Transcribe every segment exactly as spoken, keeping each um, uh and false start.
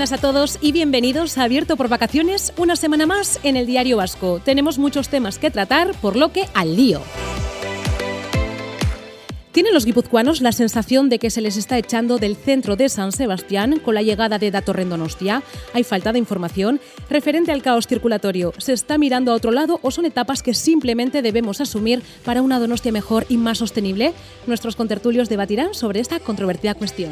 buenas a todos y bienvenidos a Abierto por Vacaciones, una semana más en el Diario Vasco. Tenemos muchos temas que tratar, por lo que al lío. ¿Tienen los guipuzcoanos la sensación de que se les está echando del centro de San Sebastián con la llegada de Datorren Donostia? ¿Hay falta de información? Referente al caos circulatorio, ¿se está mirando a otro lado o son etapas que simplemente debemos asumir para una Donostia mejor y más sostenible? Nuestros contertulios debatirán sobre esta controvertida cuestión.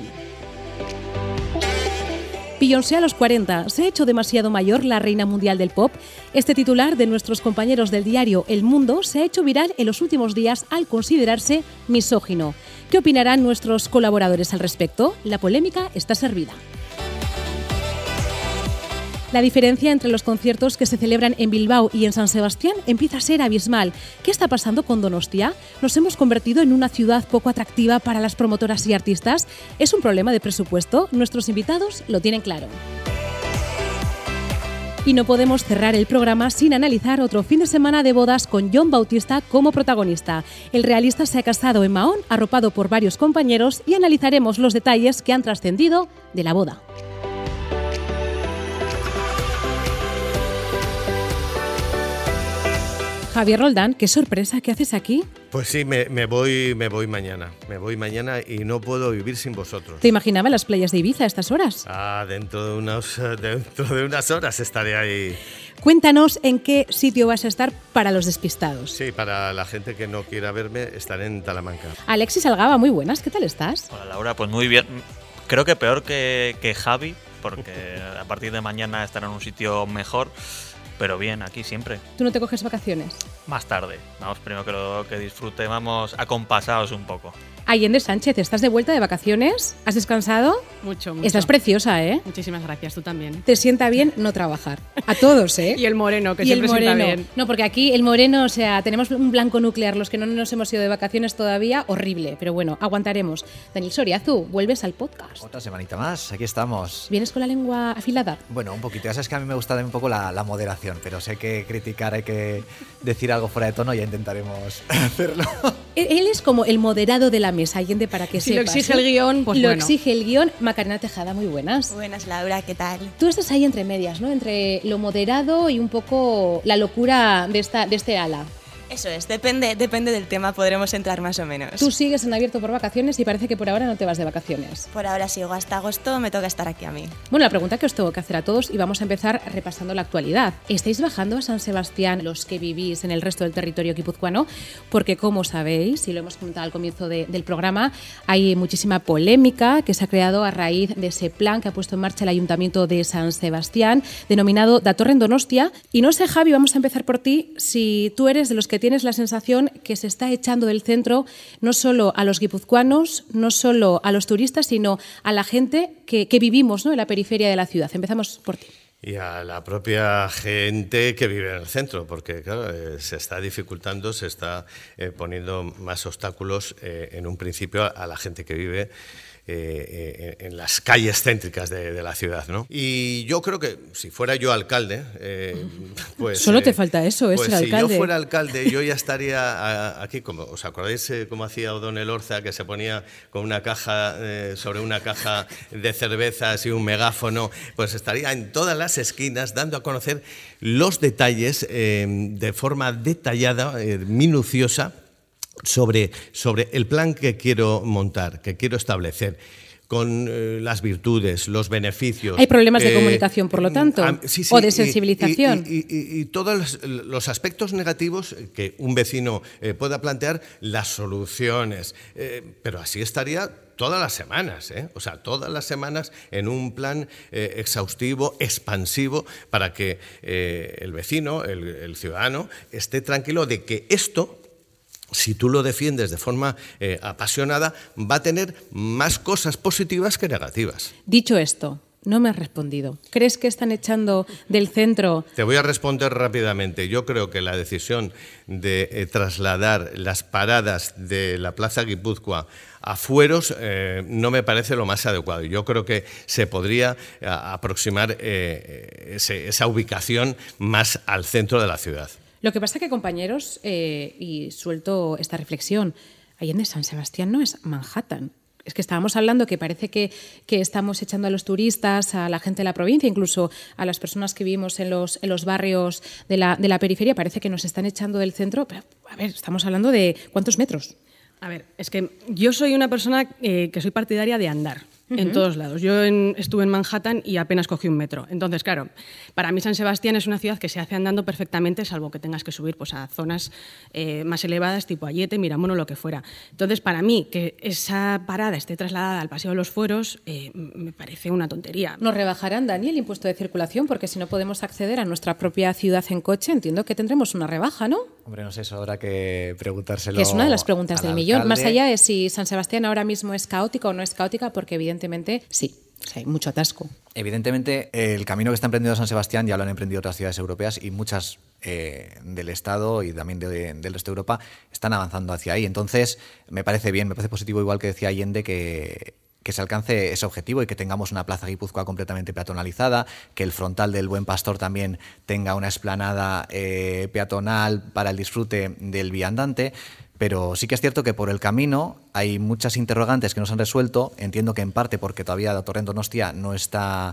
Beyoncé a los cuarenta. ¿Se ha hecho demasiado mayor la reina mundial del pop? Este titular de nuestros compañeros del diario El Mundo se ha hecho viral en los últimos días al considerarse misógino. ¿Qué opinarán nuestros colaboradores al respecto? La polémica está servida. La diferencia entre los conciertos que se celebran en Bilbao y en San Sebastián empieza a ser abismal. ¿Qué está pasando con Donostia? ¿Nos hemos convertido en una ciudad poco atractiva para las promotoras y artistas? ¿Es un problema de presupuesto? Nuestros invitados lo tienen claro. Y no podemos cerrar el programa sin analizar otro fin de semana de bodas con Jon Bautista como protagonista. El realista se ha casado en Mahón, arropado por varios compañeros, y analizaremos los detalles que han trascendido de la boda. Javier Roldán, qué sorpresa, ¿qué haces aquí? Pues sí, me, me, voy, me voy mañana, me voy mañana y no puedo vivir sin vosotros. ¿Te imaginaba en las playas de Ibiza a estas horas? Ah, dentro de unas, dentro de unas horas estaré ahí. Cuéntanos en qué sitio vas a estar para los despistados. Sí, para la gente que no quiera verme, estaré en Talamanca. Alexis Algaba, muy buenas, ¿qué tal estás? Hola Laura, pues muy bien. Creo que peor que, que Javi, porque a partir de mañana estaré en un sitio mejor. Pero bien, aquí siempre. ¿Tú no te coges vacaciones? Más tarde. Vamos, primero que lo que disfrute, vamos acompasados un poco. Allende Sánchez, ¿estás de vuelta de vacaciones? ¿Has descansado? Mucho, mucho. Estás preciosa, ¿eh? Muchísimas gracias, tú también. Te sienta bien no trabajar. A todos, ¿eh? Y el moreno, que y siempre el moreno. sienta bien. No, porque aquí el moreno, o sea, tenemos un blanco nuclear, los que no nos hemos ido de vacaciones todavía, horrible. Pero bueno, aguantaremos. Daniel Soriazu, vuelves al podcast. Otra semanita más, aquí estamos. ¿Vienes con la lengua afilada? Bueno, un poquito. Ya sabes que a mí me gusta un poco la, la moderación, pero sé que criticar, hay que decir algo fuera de tono, ya intentaremos hacerlo. Él es como el moderado de la mesa, Allende, para que si sepas. lo exige ¿eh? el guión, pues Lo bueno. exige el guión. Macarena Tejada, muy buenas. Buenas, Laura, ¿qué tal? Tú estás ahí entre medias, ¿no? Entre lo moderado y un poco la locura de, esta, de este ala. Eso es, depende, depende del tema, podremos entrar más o menos. Tú sigues en Abierto por Vacaciones y parece que por ahora no te vas de vacaciones. Por ahora sigo, hasta agosto me toca estar aquí a mí. Bueno, la pregunta que os tengo que hacer a todos, y vamos a empezar repasando la actualidad. ¿Estáis bajando a San Sebastián los que vivís en el resto del territorio guipuzcoano? Porque como sabéis, y lo hemos comentado al comienzo de, del programa, hay muchísima polémica que se ha creado a raíz de ese plan que ha puesto en marcha el Ayuntamiento de San Sebastián, denominado Datorren Donostia. Y no sé, Javi, vamos a empezar por ti, si tú eres de los que tienes la sensación que se está echando del centro no solo a los guipuzcoanos, no solo a los turistas, sino a la gente que, que vivimos, ¿no?, en la periferia de la ciudad. Empezamos por ti. Y a la propia gente que vive en el centro, porque claro, eh, se está dificultando, se está eh, poniendo más obstáculos eh, en un principio a, a la gente que vive Eh, eh, en las calles céntricas de, de la ciudad, ¿no? Y yo creo que si fuera yo alcalde, eh, pues... Solo eh, te falta eso, es pues el alcalde. Si yo fuera alcalde, yo ya estaría a, aquí, como ¿os acordáis eh, cómo hacía O'Donnell Orza, que se ponía con una caja, eh, sobre una caja de cervezas y un megáfono? Pues estaría en todas las esquinas dando a conocer los detalles eh, de forma detallada, eh, minuciosa, Sobre, sobre el plan que quiero montar, que quiero establecer, con eh, las virtudes, los beneficios. Hay problemas de eh, comunicación, por lo tanto, a, sí, sí, o de y, sensibilización. Y, y, y, y todos los, los aspectos negativos que un vecino eh, pueda plantear, las soluciones. Eh, pero así estaría todas las semanas, ¿eh? O sea, todas las semanas en un plan eh, exhaustivo, expansivo, para que eh, el vecino, el, el ciudadano, esté tranquilo de que esto, si tú lo defiendes de forma eh, apasionada, va a tener más cosas positivas que negativas. Dicho esto, no me has respondido. ¿Crees que están echando del centro? Te voy a responder rápidamente. Yo creo que la decisión de eh, trasladar las paradas de la Plaza Guipúzcoa a fueros eh, no me parece lo más adecuado. Yo creo que se podría a, aproximar eh, ese, esa ubicación más al centro de la ciudad. Lo que pasa que, compañeros, eh, y suelto esta reflexión, Allende San Sebastián no es Manhattan. es que estábamos hablando que parece que, que estamos echando a los turistas, a la gente de la provincia, incluso a las personas que vivimos en los, en los barrios de la, de la periferia, parece que nos están echando del centro. Pero, a ver, estamos hablando de ¿cuántos metros? A ver, es que yo soy una persona eh, que soy partidaria de andar. Uh-huh. En todos lados. Yo en, estuve en Manhattan y apenas cogí un metro. Entonces, claro, para mí San Sebastián es una ciudad que se hace andando perfectamente, salvo que tengas que subir pues, a zonas eh, más elevadas, tipo Ayete, Miramono, lo que fuera. Entonces, para mí, que esa parada esté trasladada al Paseo de los Fueros, eh, me parece una tontería. ¿Nos rebajarán, Dani, el impuesto de circulación? Porque si no podemos acceder a nuestra propia ciudad en coche, entiendo que tendremos una rebaja, ¿no? Hombre, no sé, eso habrá que preguntárselo. Que es una de las preguntas del alcalde. millón. Más allá de si San Sebastián ahora mismo es caótica o no es caótica, porque evidentemente sí, o sea, hay mucho atasco. Evidentemente, el camino que está emprendiendo San Sebastián ya lo han emprendido otras ciudades europeas y muchas eh, del Estado y también de, del resto de Europa están avanzando hacia ahí. Entonces, me parece bien, me parece positivo, igual que decía Allende, que... que se alcance ese objetivo y que tengamos una plaza Guipúzcoa completamente peatonalizada, que el frontal del Buen Pastor también tenga una explanada eh, peatonal para el disfrute del viandante. Pero sí que es cierto que por el camino hay muchas interrogantes que no se han resuelto. Entiendo que en parte porque todavía Torrent-Donostia no está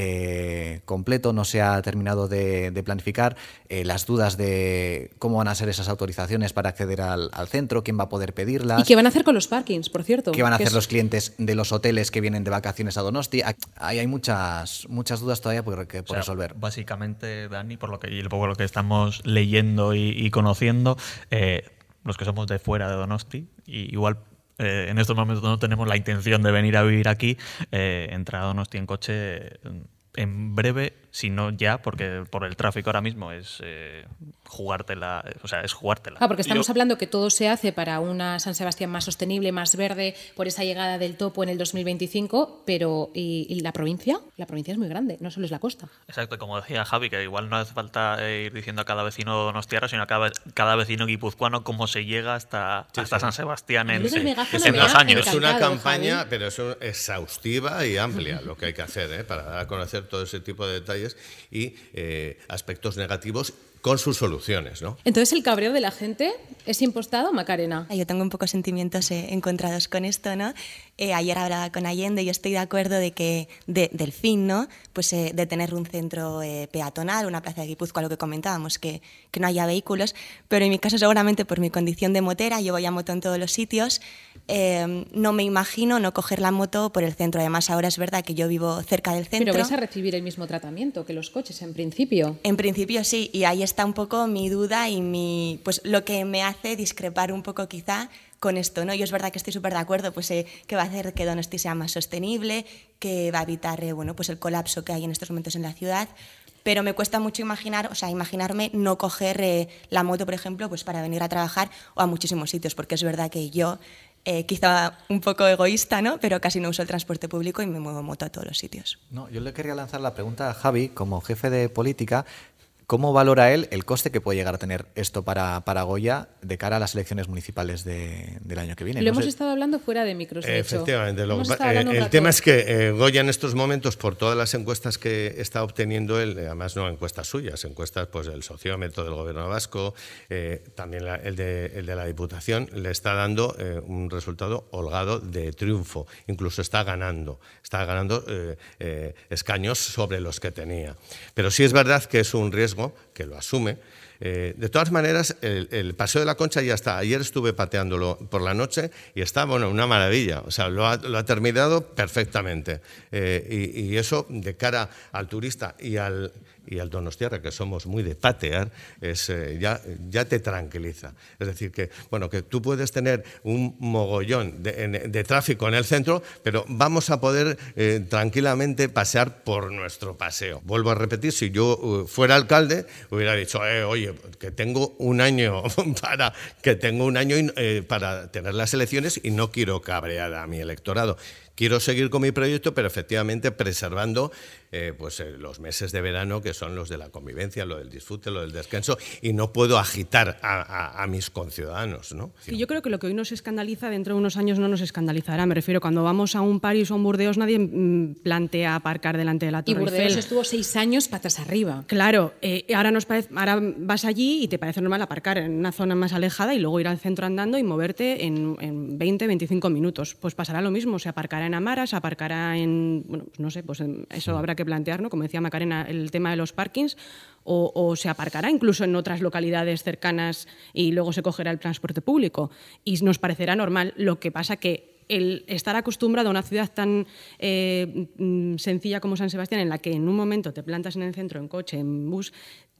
eh, completo, no se ha terminado de, de planificar. Eh, las dudas de cómo van a ser esas autorizaciones para acceder al, al centro, quién va a poder pedirlas. ¿Y qué van a hacer con los parkings, por cierto? ¿Qué van a hacer es... los clientes de los hoteles que vienen de vacaciones a Donosti? Ahí hay muchas, muchas dudas todavía por, que, por o sea, resolver. Básicamente, Dani, por lo que, y por lo que estamos leyendo y, y conociendo, eh, los que somos de fuera de Donosti, y igual eh, en estos momentos no tenemos la intención de venir a vivir aquí, eh, entrar a Donosti en coche eh, en breve, si no ya, porque por el tráfico ahora mismo es eh, jugártela, o sea, es jugártela. Ah, porque estamos Yo, hablando que todo se hace para una San Sebastián más sostenible, más verde, por esa llegada del topo en el dos mil veinticinco, pero ¿y, y la provincia? La provincia es muy grande, no solo es la costa. Exacto, como decía Javi, que igual no hace falta ir diciendo a cada vecino donostiarra, sino a cada, cada vecino guipuzcoano cómo se llega hasta, sí, hasta sí. San Sebastián en, Luis en, Megáfono en me dos ha años. Es una encantado, campaña, Javi. pero es un- exhaustiva y amplia lo que hay que hacer ¿eh? para dar a conocer todo ese tipo de detalles y eh, aspectos negativos con sus soluciones, ¿no? Entonces, ¿el cabreo de la gente es impostado, Macarena? Yo tengo un poco sentimientos eh, encontrados con esto, ¿no? Eh, ayer hablaba con Allende y estoy de acuerdo de que de, del fin, ¿no? Pues eh, de tener un centro eh, peatonal, una plaza de Guipúzcoa, lo que comentábamos, que, que no haya vehículos, pero en mi caso seguramente por mi condición de motera, yo voy a moto en todos los sitios, eh, no me imagino no coger la moto por el centro. Además ahora es verdad que yo vivo cerca del centro. Pero vais a recibir el mismo tratamiento que los coches, en principio. En principio sí, y ahí está un poco mi duda y mi, pues lo que me hace discrepar un poco quizá con esto, ¿no? Yo es verdad que estoy súper de acuerdo, pues eh, que va a hacer que Donosti sea más sostenible, que va a evitar, eh, bueno, pues el colapso que hay en estos momentos en la ciudad, pero me cuesta mucho imaginar, o sea, imaginarme no coger eh, la moto, por ejemplo, pues para venir a trabajar o a muchísimos sitios, porque es verdad que yo, eh, quizá un poco egoísta, ¿no? Pero casi no uso el transporte público y me muevo en moto a todos los sitios. No, yo le quería lanzar la pregunta a Javi, como jefe de política. ¿Cómo valora él el coste que puede llegar a tener esto para, para Goya de cara a las elecciones municipales de, del año que viene? Lo No hemos sé. estado hablando fuera de micros, de hecho. Efectivamente. Lo Hemos que estado pa- eh, hablando un el rato. tema es que eh, Goya en estos momentos, por todas las encuestas que está obteniendo él, eh, además no encuestas suyas, encuestas pues del sociómetro del gobierno vasco, eh, también la- el, de, el de la Diputación, le está dando eh, un resultado holgado de triunfo. Incluso está ganando, está ganando eh, eh, escaños sobre los que tenía. Pero sí es verdad que es un riesgo, que lo asume. Eh, de todas maneras, el, el Paseo de la Concha ya está. Ayer estuve pateándolo por la noche y está, bueno, una maravilla. O sea, lo ha, lo ha terminado perfectamente. Eh, y, y eso, de cara al turista y al, y al donostiarra, que somos muy de patear, es, eh, ya, ya te tranquiliza. Es decir, que, bueno, que tú puedes tener un mogollón de, en- de tráfico en el centro, pero vamos a poder eh, tranquilamente pasear por nuestro paseo. Vuelvo a repetir, si yo uh, fuera alcalde, hubiera dicho, eh, oye, que tengo un año para que tengo un año y, eh, para tener las elecciones y no quiero cabrear a mi electorado. quiero seguir con mi proyecto, pero efectivamente preservando eh, pues, eh, los meses de verano, que son los de la convivencia, lo del disfrute, lo del descanso, y no puedo agitar a, a, a mis conciudadanos, ¿no? Sí, yo creo que lo que hoy nos escandaliza, dentro de unos años no nos escandalizará. Me refiero, cuando vamos a un París o a un Burdeos, nadie mmm, plantea aparcar delante de la Torre Y Burdeos Eiffel. estuvo seis años patas arriba. Claro, eh, ahora, nos parece, ahora vas allí y te parece normal aparcar en una zona más alejada y luego ir al centro andando y moverte en, en veinte, veinticinco minutos. Pues pasará lo mismo, se aparcará en Amara, se aparcará en, bueno, pues no sé, pues en, eso sí. Habrá que plantear, ¿no? Como decía Macarena, el tema de los parkings, o, o se aparcará incluso en otras localidades cercanas y luego se cogerá el transporte público. Y nos parecerá normal. Lo que pasa que el estar acostumbrado a una ciudad tan eh, sencilla como San Sebastián, en la que en un momento te plantas en el centro, en coche, en bus,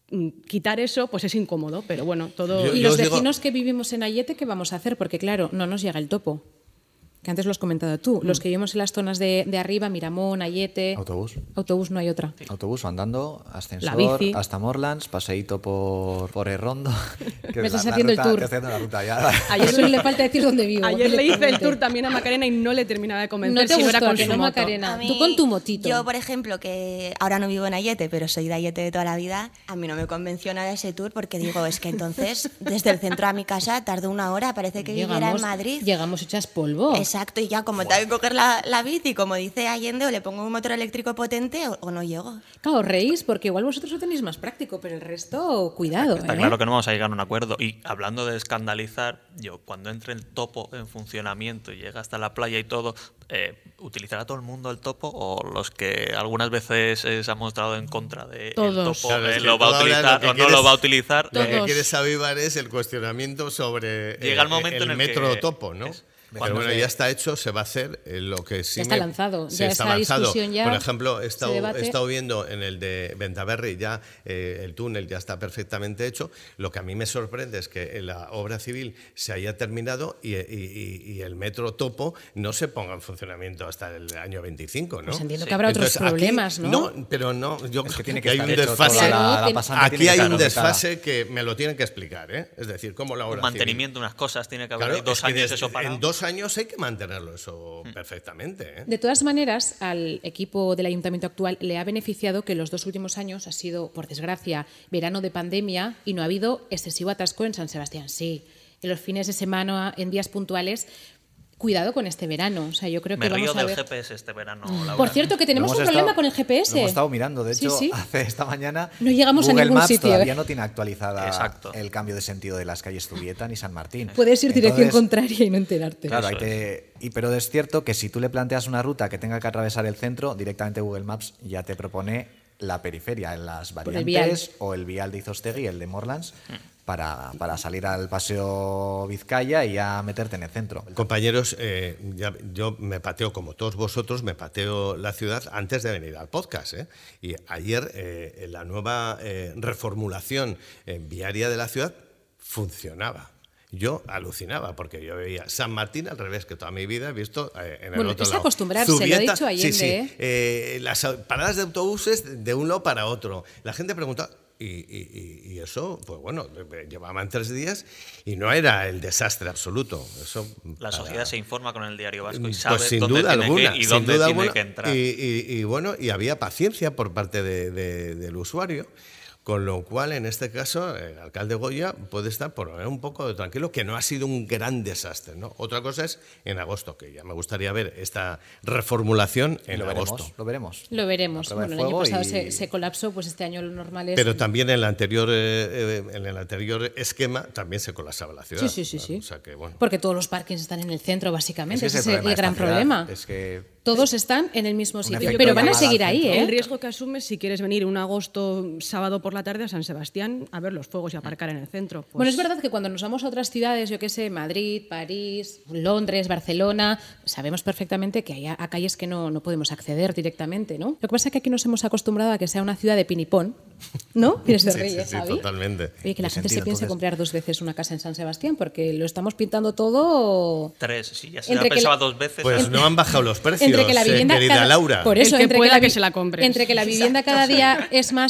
quitar eso pues es incómodo, pero bueno, todo... Yo, y yo los digo... vecinos que vivimos en Ayete, ¿qué vamos a hacer? Porque claro, no nos llega el topo. Que antes lo has comentado tú. Mm. Los que vivimos en las zonas de, de arriba, Miramón, Ayete... Autobús. Autobús, no hay otra. Sí. Autobús o andando, ascensor, la bici. Hasta Morlands, paseíto por, por Herrondo. Me estás la, haciendo la ruta, el tour. Haciendo la ruta ya. Ayer solo le falta decir dónde vivo. Ayer le hice el tour también a Macarena y no le terminaba de convencer. No te si gustó, no era con que su no, moto. Macarena. A mí, tú con tu motito. Yo, por ejemplo, que ahora no vivo en Ayete, pero soy de Ayete de toda la vida, a mí no me convenció nada ese tour porque digo, es que entonces desde el centro a mi casa tardo una hora, parece que llegamos, viviera en Madrid. Llegamos hechas polvo. Exacto, y ya como wow. tengo que coger la, la bici, como dice Allende, o le pongo un motor eléctrico potente o, o no llego. Claro, reís porque igual vosotros lo tenéis más práctico, pero el resto, cuidado. Está ¿eh? claro que no vamos a llegar a un acuerdo. Y hablando de escandalizar, yo cuando entre el topo en funcionamiento y llega hasta la playa y todo, eh, ¿utilizará todo el mundo el topo o los que algunas veces eh, se han mostrado en contra del Todos. topo Claro, eh, es que lo va a utilizar o no lo va a utilizar? Lo que Todos. quieres avivar es el cuestionamiento sobre Llega el, eh, momento el en el metro que topo, ¿no? Es, Pero bueno, ya está hecho, se va a hacer eh, lo que sí ya está me... lanzado, sí, ya está esa avanzado. discusión ya Por ejemplo, he estado, debate. he estado viendo en el de Bentaberri ya eh, el túnel ya está perfectamente hecho. Lo que a mí me sorprende es que la obra civil se haya terminado y, y, y el metro topo no se ponga en funcionamiento hasta el año veinticinco, ¿no? Pues entiendo Sí. que habrá Entonces, otros problemas, aquí, ¿no? No, pero no, yo Es que creo tiene que que hay un estar hecho desfase. toda la- Claro, la que- pasante Aquí tiene hay que un estar desfase que me lo tienen que explicar, ¿eh? Es decir, cómo la obra un mantenimiento, unas cosas, tiene que haber Claro, dos es que años desde- eso parado. en dos años hay que mantenerlo eso mm. perfectamente, ¿eh? De todas maneras, al equipo del ayuntamiento actual le ha beneficiado que los dos últimos años ha sido, por desgracia, verano de pandemia y no ha habido excesivo atasco en San Sebastián. Sí, en los fines de semana, en días puntuales. Cuidado con este verano. O sea, yo creo Me que río vamos a del ver... G P S este verano, Laura. Por cierto, que tenemos Lo un hemos problema estado- con el G P S. Lo hemos estado mirando. De Sí, hecho, sí. hace esta mañana No llegamos a Google ningún Maps sitio, todavía ¿eh? no tiene actualizada Exacto. el cambio de sentido de las calles Zubieta ni San Martín. Puedes ir dirección Entonces, contraria y no enterarte. Claro, hay Eso que, y, pero es cierto que si tú le planteas una ruta que tenga que atravesar el centro, directamente Google Maps ya te propone la periferia en las Por el vial. variantes o el vial de Izostegui, el de Morlands, para, para salir al paseo Vizcaya y ya meterte en el centro. Compañeros, eh, ya- yo me pateo, como todos vosotros, me pateo la ciudad antes de venir al podcast, ¿eh? Y ayer eh, en la nueva eh, reformulación eh, viaria de la ciudad funcionaba. Yo alucinaba porque yo veía San Martín al revés, que toda mi vida he visto eh, en el Bueno, otro es lado. acostumbrarse, lo ha dicho Allende, sí, sí. ¿eh? Eh, las paradas de autobuses de un lado para otro. La gente preguntaba... Y, y- y eso, pues bueno, llevaban tres días y no era el desastre absoluto. Eso La para- sociedad se informa con el Diario Vasco y Pues sabe sin dónde duda tiene alguna, que ir y sin dónde duda tiene alguna. que entrar. Y, y- y bueno, y había paciencia por parte de- de- del usuario, con lo cual en este caso el alcalde Goya puede estar por lo menos un poco tranquilo, que no ha sido un gran desastre, ¿no? Otra cosa es en agosto, que ya me gustaría ver esta reformulación Y en lo agosto. veremos, lo veremos. Lo veremos. A prueba de Bueno, el año fuego pasado y- se, se colapsó, pues este año lo normal es... Pero también en el anterior eh, eh, en el anterior esquema también se colapsaba la ciudad. Sí, sí, sí, sí. O sea que, bueno. Porque todos los parkings están en el centro, básicamente. Es que Ese es el, problema de gran esta ciudad, problema. Es que Todos están en el mismo sitio. efecto Pero van a llamada seguir al ahí, centro. ¿eh? El riesgo que asumes si quieres venir un agosto, sábado por la tarde a San Sebastián a ver los fuegos y aparcar en el centro. Pues, Bueno, es verdad que cuando nos vamos a otras ciudades, yo qué sé, Madrid, París, Londres, Barcelona, sabemos perfectamente que hay a, a calles que no, no podemos acceder directamente, ¿no? Lo que pasa es que aquí nos hemos acostumbrado a que sea una ciudad de pinipón, ¿no? Y se Sí, ríe, sí, sí, Javi. totalmente. Oye, que la ¿Qué gente se sentido, piense entonces? comprar dos veces una casa en San Sebastián, porque lo estamos pintando todo... Tres, sí, ya se Entre la que pensaba la- dos veces. Pues no han bajado los precios, entre que la eh, vivienda querida cada- Laura. Por eso, El que entre pueda la vi- que se la compre. Entre que la vivienda cada día es más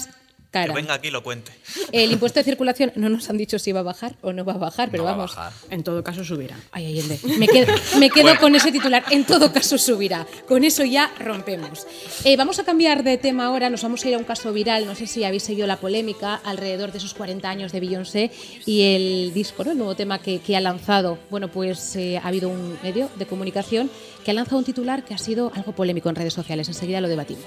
cara. Que venga aquí y lo cuente. El impuesto de circulación no nos han dicho si va a bajar o no va a bajar, pero No va a vamos. bajar. En todo caso, subirá. Ay, Allende, me quedo, me quedo bueno. con ese titular. En todo caso subirá. Con eso ya rompemos. Eh, vamos a cambiar de tema ahora. Nos vamos a ir a un caso viral. No sé si habéis seguido la polémica alrededor de esos cuarenta años de Beyoncé y el disco, ¿no? El nuevo tema que, que ha lanzado. Bueno, pues eh, ha habido un medio de comunicación que ha lanzado un titular que ha sido algo polémico en redes sociales. Enseguida lo debatimos.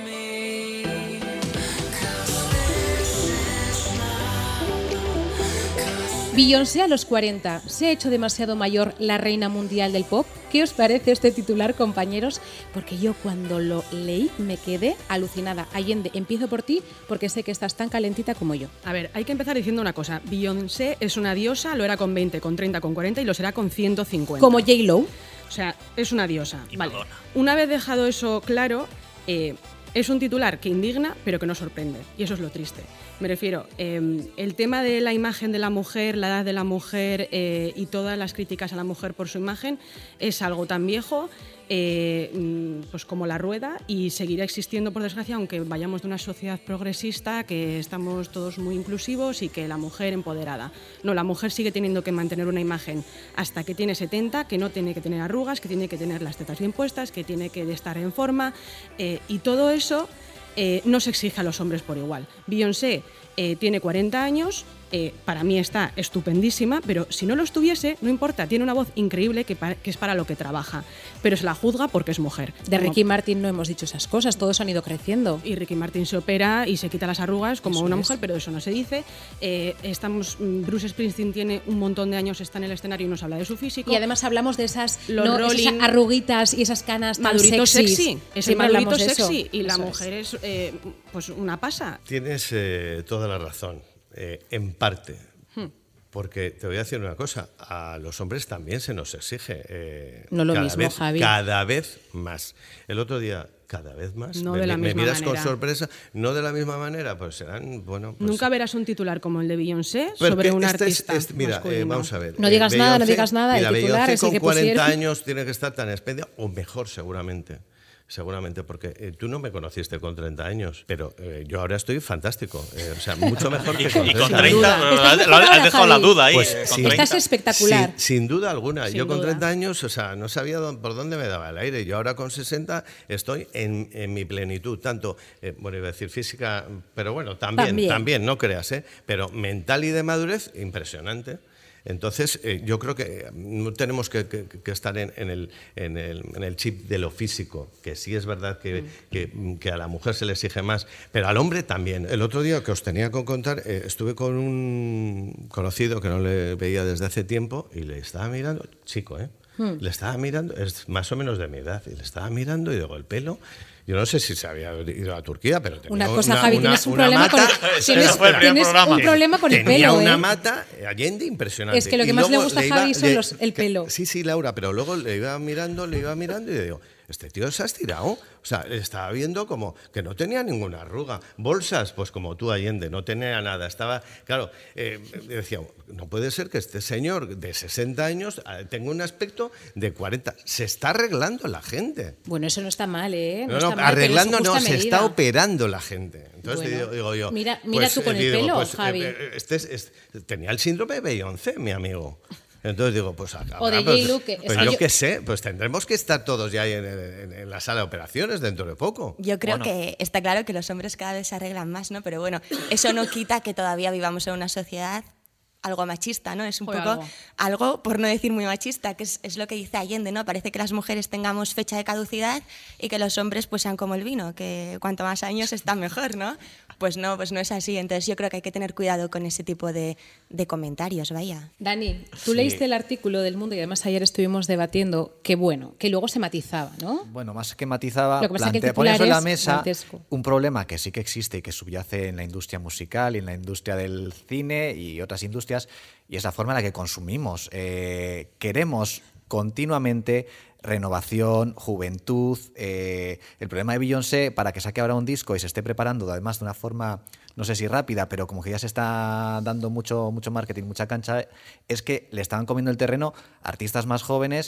Beyoncé a los cuarenta. ¿Se ha hecho demasiado mayor la reina mundial del pop? ¿Qué os parece este titular, compañeros? Porque yo cuando lo leí me quedé alucinada. Allende, empiezo por ti porque sé que estás tan calentita como yo. A ver, hay que empezar diciendo una cosa. Beyoncé es una diosa, lo era con veinte, con treinta, con cuarenta y lo será con ciento cincuenta. Como J Lo. O sea, es una diosa. Y vale. Madonna. Una vez dejado eso claro, eh, es un titular que indigna, pero que no sorprende. Y eso es lo triste. Me refiero, eh, el tema de la imagen de la mujer, la edad de la mujer eh, y todas las críticas a la mujer por su imagen es algo tan viejo eh, pues como la rueda y seguirá existiendo, por desgracia, aunque vayamos de una sociedad progresista, que estamos todos muy inclusivos y que la mujer empoderada. No, la mujer sigue teniendo que mantener una imagen hasta que tiene setenta, que no tiene que tener arrugas, que tiene que tener las tetas bien puestas, que tiene que estar en forma eh, y todo eso eh, no se exige a los hombres por igual. Beyoncé eh, tiene cuarenta años, eh, para mí está estupendísima, pero si no lo estuviese, no importa, tiene una voz increíble que, pa- que es para lo que trabaja, pero se la juzga porque es mujer. De Como- Ricky Martin no hemos dicho esas cosas, todos han ido creciendo. Y Ricky Martin se opera y se quita las arrugas como Eso una es. mujer, pero eso no se dice. Eh, estamos, Bruce Springsteen tiene un montón de años, está en el escenario y nos habla de su físico. Y además hablamos de esas, Los ¿no? rolling- esas arruguitas y esas canas tan madurito sexys. sexy, ese Siempre madurito hablamos de eso. sexy y la Eso es. mujer es, eh, pues una pasa. Tienes eh, toda la razón, eh, en parte. Hmm. Porque te voy a decir una cosa, a los hombres también se nos exige. eh, No lo cada mismo, vez, Javi. Cada vez más. El otro día, cada vez más. No me, de la me misma miras manera. con sorpresa. No de la misma manera, pues serán, bueno... Pues, Nunca verás un titular como el de Beyoncé Pero sobre que un este es- artista este- mira, eh, masculino. vamos a ver. No eh, digas nada, no Beyoncé- digas nada, el Mira, titular Beyoncé es el con que cuarenta pusieron. años tiene que estar tan espléndida, o mejor seguramente. Seguramente, porque eh, tú no me conociste con treinta años, pero eh, yo ahora estoy fantástico. eh, o sea, mucho mejor que Y, con y con treinta. treinta, duda. lo- Estás lo- mejor lo- has ahora, dejado la Javi. duda ahí. Pues eh, con sí. treinta. Estás espectacular. Sin, sin duda alguna. Sin yo con duda. treinta años, o sea, no sabía dónde- por dónde me daba el aire. Yo ahora con sesenta estoy en, en mi plenitud, tanto, eh, bueno, iba a decir física, pero bueno, también, También. también, no creas, ¿eh? Pero mental y de madurez, impresionante. Entonces, eh, yo creo que no tenemos que, que- que estar en, en el, en, el, en el chip de lo físico, que sí es verdad que, que- que a la mujer se le exige más, pero al hombre también. El otro día que os tenía que contar, eh, estuve con un conocido que no le veía desde hace tiempo y le estaba mirando, chico, ¿eh? Le estaba mirando, es más o menos de mi edad, y le estaba mirando y digo, el pelo... Yo no sé si se había ido a Turquía, pero tenía Una cosa, Javi, tienes un problema con, Ese tienes, fue el primer tienes programa. un problema con el Tenía pelo, una ¿eh? mata Allende impresionante. Es que lo que Y más le luego gusta a iba- Javi son le- los- el que- pelo. Sí, sí, Laura, pero luego le iba mirando, le iba mirando y digo, este tío se ha estirado. O sea, le estaba viendo como que no tenía ninguna arruga. Bolsas, pues como tú, Allende, no tenía nada. Estaba, claro, eh, decía, no puede ser que este señor de sesenta años eh, tenga un aspecto de cuarenta. Se está arreglando la gente. Bueno, eso no está mal, ¿eh? No, está no, mal, pero en su arreglando no, justa se medida. está operando la gente. Entonces Bueno, digo, digo yo. mira- mira tú con eh, el digo, pelo, pues, Javi. eh, Este, es- es- tenía el síndrome de Beyoncé, mi amigo. Entonces digo, pues acá. O de pues, J-Lo, que- es pues que yo yo- qué sé, pues tendremos que estar todos ya ahí en, en- en la sala de operaciones dentro de poco. Yo creo Bueno. que está claro que los hombres cada vez se arreglan más, ¿no? Pero bueno, eso no quita que todavía vivamos en una sociedad algo machista, ¿no? Es un Joder, poco algo. algo. por no decir muy machista, que es, es lo que dice Allende, ¿no? Parece que las mujeres tengamos fecha de caducidad y que los hombres pues sean como el vino, que cuanto más años está mejor, ¿no? Pues no, pues no es así. Entonces yo creo que hay que tener cuidado con ese tipo de, de comentarios, vaya. Dani, tú Sí. leíste el artículo del Mundo y además ayer estuvimos debatiendo que bueno, que luego se matizaba, ¿no? Bueno, más que matizaba, Lo que pasa es que el plantea, pone titular sobre la es mesa dantesco. un problema que sí que existe y que subyace en la industria musical y en la industria del cine y otras industrias, y es la forma en la que consumimos. Eh, queremos continuamente renovación, juventud. Eh, el problema de Beyoncé, para que saque ahora un disco y se esté preparando, además de una forma, no sé si rápida, pero como que ya se está dando mucho, mucho marketing, mucha cancha, es que le estaban comiendo el terreno artistas más jóvenes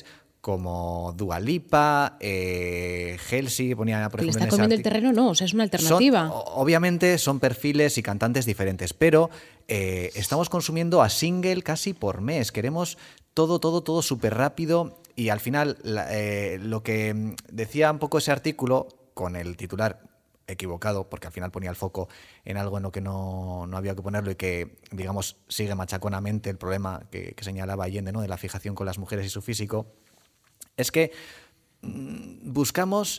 como Dua Lipa, eh, Halsey, ponía por Que le ejemplo. está comiendo el terreno, no, o sea, es una alternativa. Son, obviamente son perfiles y cantantes diferentes, pero eh, estamos consumiendo a single casi por mes. Queremos todo, todo, todo súper rápido y al final la, eh, lo que decía un poco ese artículo con el titular equivocado, porque al final ponía el foco en algo en lo que no, no había que ponerlo y que, digamos, sigue machaconamente el problema que, que señalaba Allende, ¿no?, de la fijación con las mujeres y su físico, es que mmm, buscamos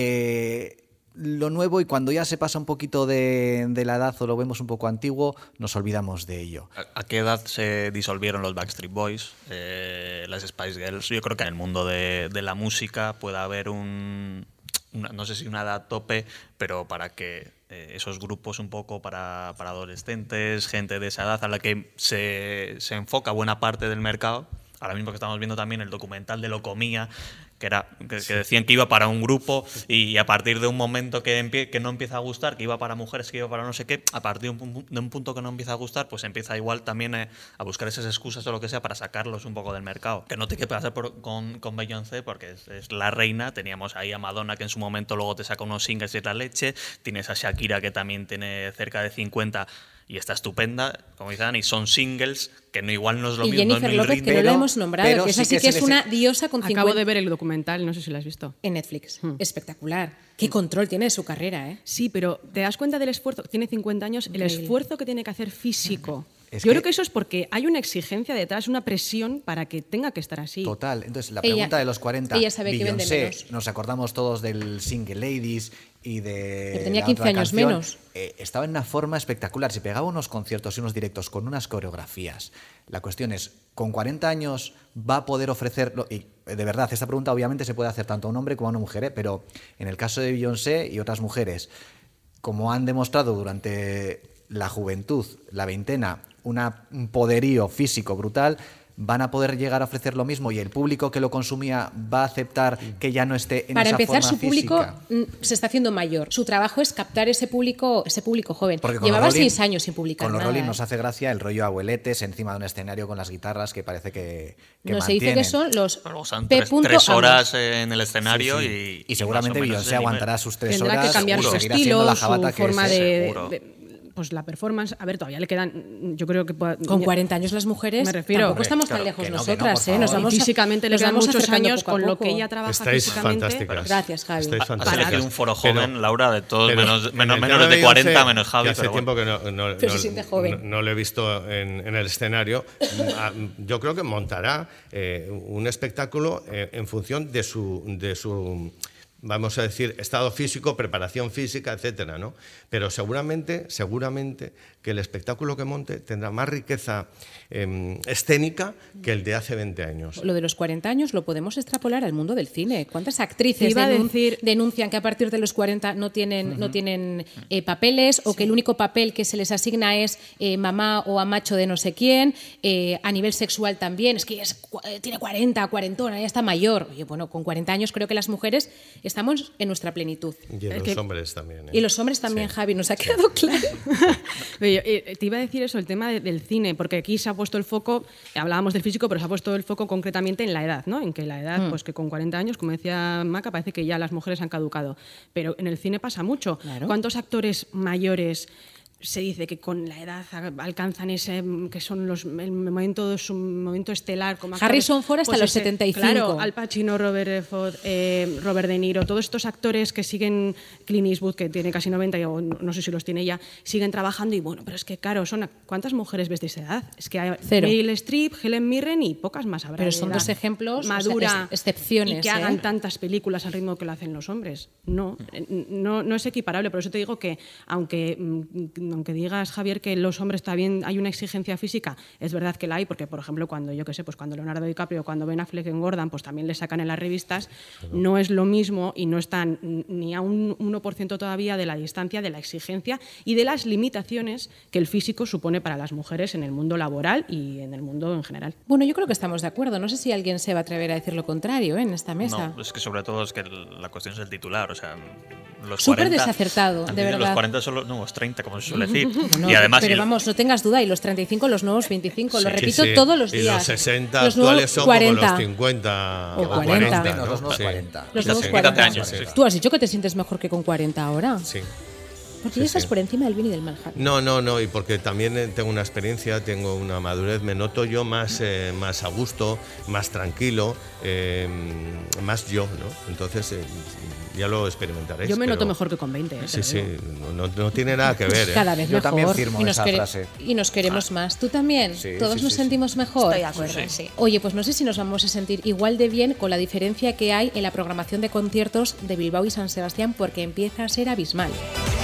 eh, lo nuevo y cuando ya se pasa un poquito de, de la edad o lo vemos un poco antiguo, nos olvidamos de ello. ¿A, a qué edad se disolvieron los Backstreet Boys, eh, las Spice Girls? Yo creo que en el mundo de, de la música puede haber un... Una, no sé si una edad tope, pero para que eh, esos grupos un poco para, para adolescentes, gente de esa edad a la que se, se enfoca buena parte del mercado. Ahora mismo que estamos viendo también el documental de Locomía, que, era, que, que decían que iba para un grupo y a partir de un momento que, empie, que no empieza a gustar, que iba para mujeres, que iba para no sé qué, a partir de un, de un punto que no empieza a gustar, pues empieza igual también a, a buscar esas excusas o lo que sea para sacarlos un poco del mercado. Que no te quede pasar por, con, con Beyoncé porque es, es la reina. Teníamos ahí a Madonna que en su momento luego te saca unos singles y es la leche. Tienes a Shakira que también tiene cerca de cincuenta y está estupenda, como dicen, y son singles que no igual no es lo y mismo. Jennifer López, que no la hemos nombrado, que esa sí que, que es una diosa con cincuenta... Acabo de ver el documental, no sé si lo has visto. En Netflix. Hmm. Espectacular. Qué control tiene de su carrera, ¿eh? Sí, pero ¿te das cuenta del esfuerzo? Tiene cincuenta años, el esfuerzo que tiene que hacer físico. Es Yo que... creo que eso es porque hay una exigencia detrás, una presión para que tenga que estar así. Total. Entonces, la pregunta ella, de los cuarenta, ella sabe que vende Beyoncé, menos. nos acordamos todos del Single Ladies y de Pero tenía la quince otra años canción, menos. Eh, estaba en una forma espectacular. Se pegaba unos conciertos y unos directos con unas coreografías. La cuestión es, ¿con cuarenta años va a poder ofrecerlo? Y de verdad, esta pregunta obviamente se puede hacer tanto a un hombre como a una mujer, ¿eh? Pero en el caso de Beyoncé y otras mujeres, como han demostrado durante la juventud, la veintena, una, un poderío físico brutal, van a poder llegar a ofrecer lo mismo y el público que lo consumía va a aceptar que ya no esté en Para esa empezar, forma su público física. se está haciendo mayor. Su trabajo es captar ese público, ese público joven. Porque con Llevaba los Rolling, seis años sin publicar con los nada. Rolling nos hace gracia el rollo abueletes encima de un escenario con las guitarras que parece que, que no mantienen. se dice que son los Pero son P. tres, tres amos. horas en el escenario Sí, sí. y, y seguramente y más o menos Beyoncé ese aguantará nivel. sus tres Tendrá horas que cambiar y su seguirá haciendo estilo, la jabata su que forma es. de, seguro. de- pues la performance. A ver, todavía le quedan, yo creo que pueda- Con cuarenta años las mujeres Me refiero. tampoco estamos Claro, tan lejos que no, que no, nosotras, por ¿eh? Nos favor. vamos y físicamente le nos quedan vamos muchos acercando años poco a con lo poco. que ella trabaja Estáis físicamente. fantásticas. Gracias, Javi. Estáis Ha sido fantásticas. aquí un foro Pero- joven, Laura, de todos, pero menos, en menos, el menos tema de Beyoncé, cuarenta, menos Javi. que hace Pero tiempo bueno. que no, no, Pero no- se siente joven. no- no lo he visto en, en el escenario. Ah, yo creo que montará eh, un espectáculo eh, en función de su, de su, vamos a decir, estado físico, preparación física, etcétera, ¿no? Pero seguramente, seguramente que el espectáculo que monte tendrá más riqueza eh, escénica que el de hace veinte años. Lo de los cuarenta años lo podemos extrapolar al mundo del cine. ¿Cuántas actrices Iba a denun- decir- denuncian que a partir de los cuarenta no tienen, no tienen eh, papeles o que el único papel que se les asigna es eh, mamá o amacho de no sé quién? Eh, a nivel sexual también, es que es, cu- eh, tiene cuarenta, cuarentona, ya está mayor. Oye, bueno, con cuarenta años creo que las mujeres estamos en nuestra plenitud. Y en Es los que- hombres también. ¿eh? Y los hombres también, Sí. Javi, nos ha quedado claro. Pero yo, eh, te iba a decir eso, el tema de- del cine, porque aquí se ha puesto el foco, hablábamos del físico, pero se ha puesto el foco concretamente en la edad, ¿no? En que la edad, pues que con cuarenta años, como decía Maca, parece que ya las mujeres han caducado. Pero en el cine pasa mucho. Claro. ¿Cuántos actores mayores se dice que con la edad alcanzan ese, que son los, el momento, su momento estelar? Como actores? Harrison Ford hasta los setenta y cinco. Claro, Al Pacino, Robert Redford, eh, Robert De Niro, todos estos actores que siguen, Clint Eastwood, que tiene casi noventa, o no, no sé si los tiene ya, siguen trabajando y bueno, pero es que claro, son, ¿cuántas mujeres ves de esa edad? Es que hay Cero. Meryl Streep, Helen Mirren y pocas más habrá. Pero de son edad dos ejemplos, o sea, madura, ex- excepciones, y que ¿eh? hagan tantas películas al ritmo que lo hacen los hombres. No, eh, no, no es equiparable. Por eso te digo que, aunque, mm, aunque digas, Javier, que los hombres también hay una exigencia física, es verdad que la hay, porque, por ejemplo, cuando yo qué sé, pues cuando Leonardo DiCaprio, cuando Ben Affleck engordan, pues también le sacan en las revistas, no es lo mismo y no están ni a un uno por ciento todavía de la distancia, de la exigencia y de las limitaciones que el físico supone para las mujeres en el mundo laboral y en el mundo en general. Bueno, yo creo que estamos de acuerdo. No sé si alguien se va a atrever a decir lo contrario, ¿eh? En esta mesa. No, es que sobre todo es que el- la cuestión es el titular. O sea, los Súper cuarenta, desacertado, de verdad. Los cuarenta son los nuevos treinta, como se suele decir. No, y además, pero y, vamos, no tengas duda, y los treinta y cinco, los nuevos veinticinco, Sí, lo repito sí. todos los días. Y los sesenta Los actuales nuevos son cuarenta. como los cincuenta O cuarenta. Menos, ¿no? los nuevos Sí. cuarenta. Los Sí, nuevos sí. cuarenta. años, sí. Tú has dicho que te sientes mejor que con cuarenta ahora. Sí. Porque Sí, ya estás sí. por encima del bien y del mal, Javi. No, no, no, y porque también eh, tengo una experiencia, tengo una madurez, me noto yo más, eh, más a gusto, más tranquilo, eh, más yo, ¿no? Entonces, eh, ya lo experimentaréis. Yo me noto pero- mejor que con veinte. ¿eh? Sí, Te sí, lo digo. no, no tiene nada que ver. ¿eh? Cada vez Yo mejor. también firmo y nos esa frase. Y nos queremos más. ¿Tú también? Sí, ¿Todos sí, nos sí, sí. sentimos mejor? Estoy de acuerdo, sí. Oye, pues no sé si nos vamos a sentir igual de bien con la diferencia que hay en la programación de conciertos de Bilbao y San Sebastián, porque empieza a ser abismal.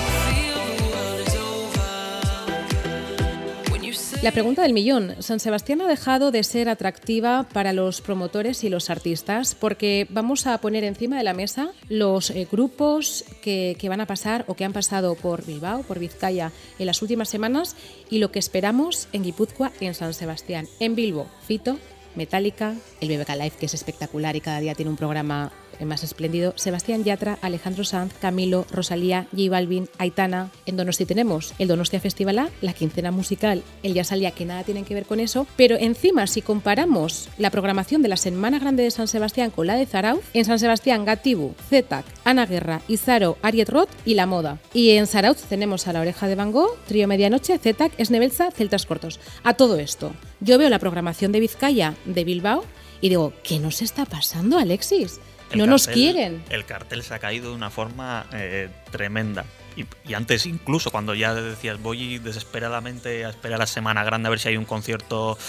La pregunta del millón. San Sebastián ha dejado de ser atractiva para los promotores y los artistas porque vamos a poner encima de la mesa los eh, grupos que, que van a pasar o que han pasado por Bilbao, por Vizcaya en las últimas semanas y lo que esperamos en Guipúzcoa y en San Sebastián. En Bilbo, Fito, Metallica, el B B K Live, que es espectacular y cada día tiene un programa más espléndido, Sebastián Yatra, Alejandro Sanz, Camilo, Rosalía, J Balvin, Aitana. En Donosti tenemos el Donostia Festivalá, la quincena musical, el Ya Salía, que nada tienen que ver con eso, pero encima si comparamos la programación de la Semana Grande de San Sebastián con la de Zarauz, en San Sebastián Gatibu, Zetac, Ana Guerra, Izaro, Ariet Roth y La Moda. Y en Zarauz tenemos a La Oreja de Van Gogh, Trío Medianoche, Zetac, Esnebelza, Celtas Cortos. A todo esto, yo veo la programación de Vizcaya, de Bilbao, y digo, ¿qué nos está pasando, Alexis? el No nos cartel- quieren. El cartel se ha caído de una forma eh, tremenda. Y, y antes incluso, cuando ya decías voy desesperadamente a esperar la Semana Grande a ver si hay un concierto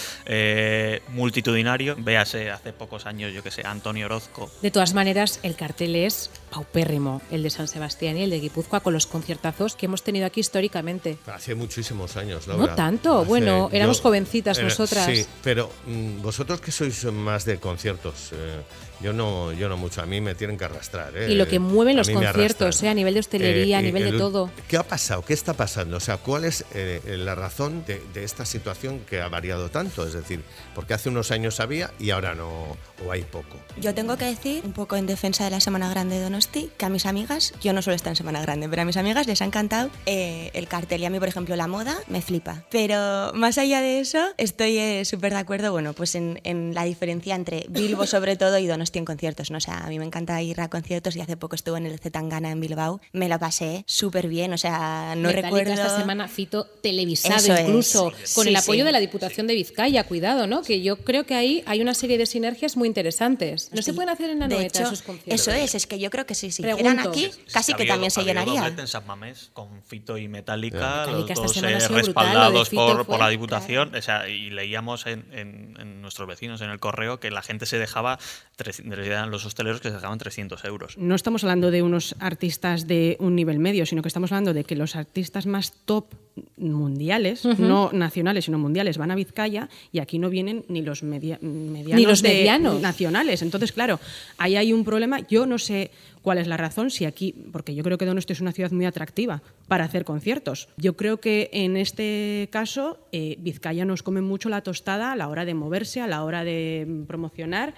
eh, multitudinario, véase hace pocos años, yo que sé, Antonio Orozco. De todas maneras, el cartel es paupérrimo, el de San Sebastián y el de Guipúzcoa, con los conciertazos que hemos tenido aquí históricamente. Hace muchísimos años, Laura. No tanto, Hace- bueno, éramos yo- jovencitas era- nosotras. Sí, pero mm, vosotros que sois más de conciertos, eh, yo no yo no mucho, a mí me tienen que arrastrar. eh. Y lo que mueven A los mí me conciertos, arrastran. eh, a nivel de hostelería, a y nivel de el- todo. ¿Qué ha pasado? ¿Qué está pasando? O sea, ¿cuál es eh, la razón de, de esta situación que ha variado tanto? Es decir, porque hace unos años había y ahora no, o hay poco. Yo tengo que decir, un poco en defensa de la Semana Grande de Donosti, que a mis amigas, yo no suelo estar en Semana Grande, pero a mis amigas les ha encantado eh, el cartel. Y a mí, por ejemplo, la moda me flipa. Pero más allá de eso, estoy eh, súper de acuerdo, bueno, pues en, en la diferencia entre Bilbo sobre todo y Donosti en conciertos, ¿no? O sea, a mí me encanta ir a conciertos y hace poco estuve en el Zetangana en Bilbao, me lo pasé súper bien, o sea, no Metallica recuerdo... esta semana, Fito televisado Eso es. incluso, con Sí, el apoyo sí. de la Diputación de Vizcaya, cuidado, ¿no? Que yo creo que ahí hay una serie de sinergias muy interesantes. No se pueden hacer en De Anoeta hecho, esos conciertos. eso es, es que yo creo que si se Pregunto. hicieran aquí, casi que Había- también se había llenaría. doblete en San Mamés con Fito y Metallica, Metallica los esta dos semana eh, ha sido brutal, lo de respaldados Fito por, fue, por la Diputación. O sea, y leíamos en, en- en nuestros vecinos en el correo que la gente se dejaba, tres- decían los hosteleros que se dejaban trescientos euros. No estamos hablando de unos artistas de un nivel medio, sino que estamos hablando de que los artistas más top mundiales, no nacionales, sino mundiales, van a Vizcaya y aquí no vienen ni los media- medianos, Ni los de- medianos. nacionales. Entonces, claro, ahí hay un problema. Yo no sé cuál es la razón, si aquí, porque yo creo que Donosti es una ciudad muy atractiva para hacer conciertos. Yo creo que en este caso eh, Vizcaya nos come mucho la tostada a la hora de moverse, a la hora de mm, promocionar.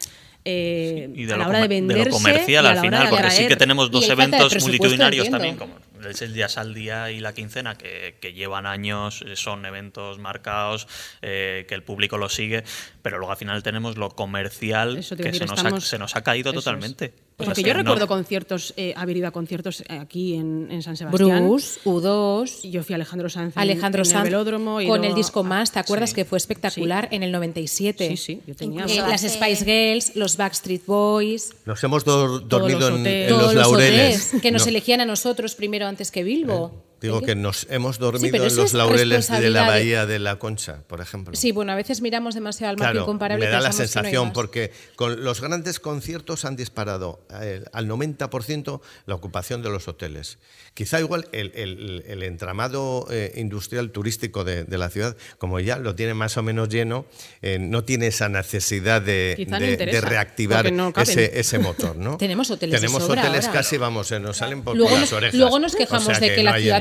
Eh, Y de a lo, la hora de comer- de venderse lo comercial y a al la hora final, de porque sí atraer. que tenemos dos Y el falta de eventos presupuesto, multitudinarios entiendo. también, como es el Día al Día y la Quincena, que, que llevan años, eh, son eventos marcados, eh, que el público los sigue, pero luego al final tenemos lo comercial Eso te iba a que se decir, nos, estamos- ha, se nos ha caído Eso es. totalmente. O sea, Porque es yo que no- recuerdo conciertos, eh, haber ido a conciertos aquí en, en San Sebastián. Bruce, U dos, Yo fui a Alejandro Sanz en- Alejandro en Sanz el velódromo. he con ido el disco a- más, ¿te acuerdas sí, que fue espectacular sí. en el noventa y siete? Sí, sí, yo tenía- Eh, Incluso las hace- Spice Girls, los Backstreet Boys, Nos hemos do- dormido los en, hoteles. en todos los los laureles. hoteles que nos No, elegían a nosotros primero antes que Bilbo. Digo ¿Qué? que nos hemos Sí, dormido pero en eso los es laureles de la responsabilidad de- Bahía de la Concha, por ejemplo. Sí, bueno, a veces miramos demasiado al mapa Claro, incomparable. me y da la pensamos que no hay sensación más. porque con los grandes conciertos han disparado eh, al noventa por ciento la ocupación de los hoteles. Quizá igual el, el- el entramado eh, industrial turístico de, de la ciudad, como ya lo tiene más o menos lleno, eh, no tiene esa necesidad de, Quizá no de- interesa, de reactivar porque no caben. ese, ese motor, ¿no? Tenemos hoteles de Tenemos sobra hoteles ahora. casi, vamos, se nos salen por, Luego por nos, las orejas. luego nos O quejamos sea de que, la no hay ciudad ende.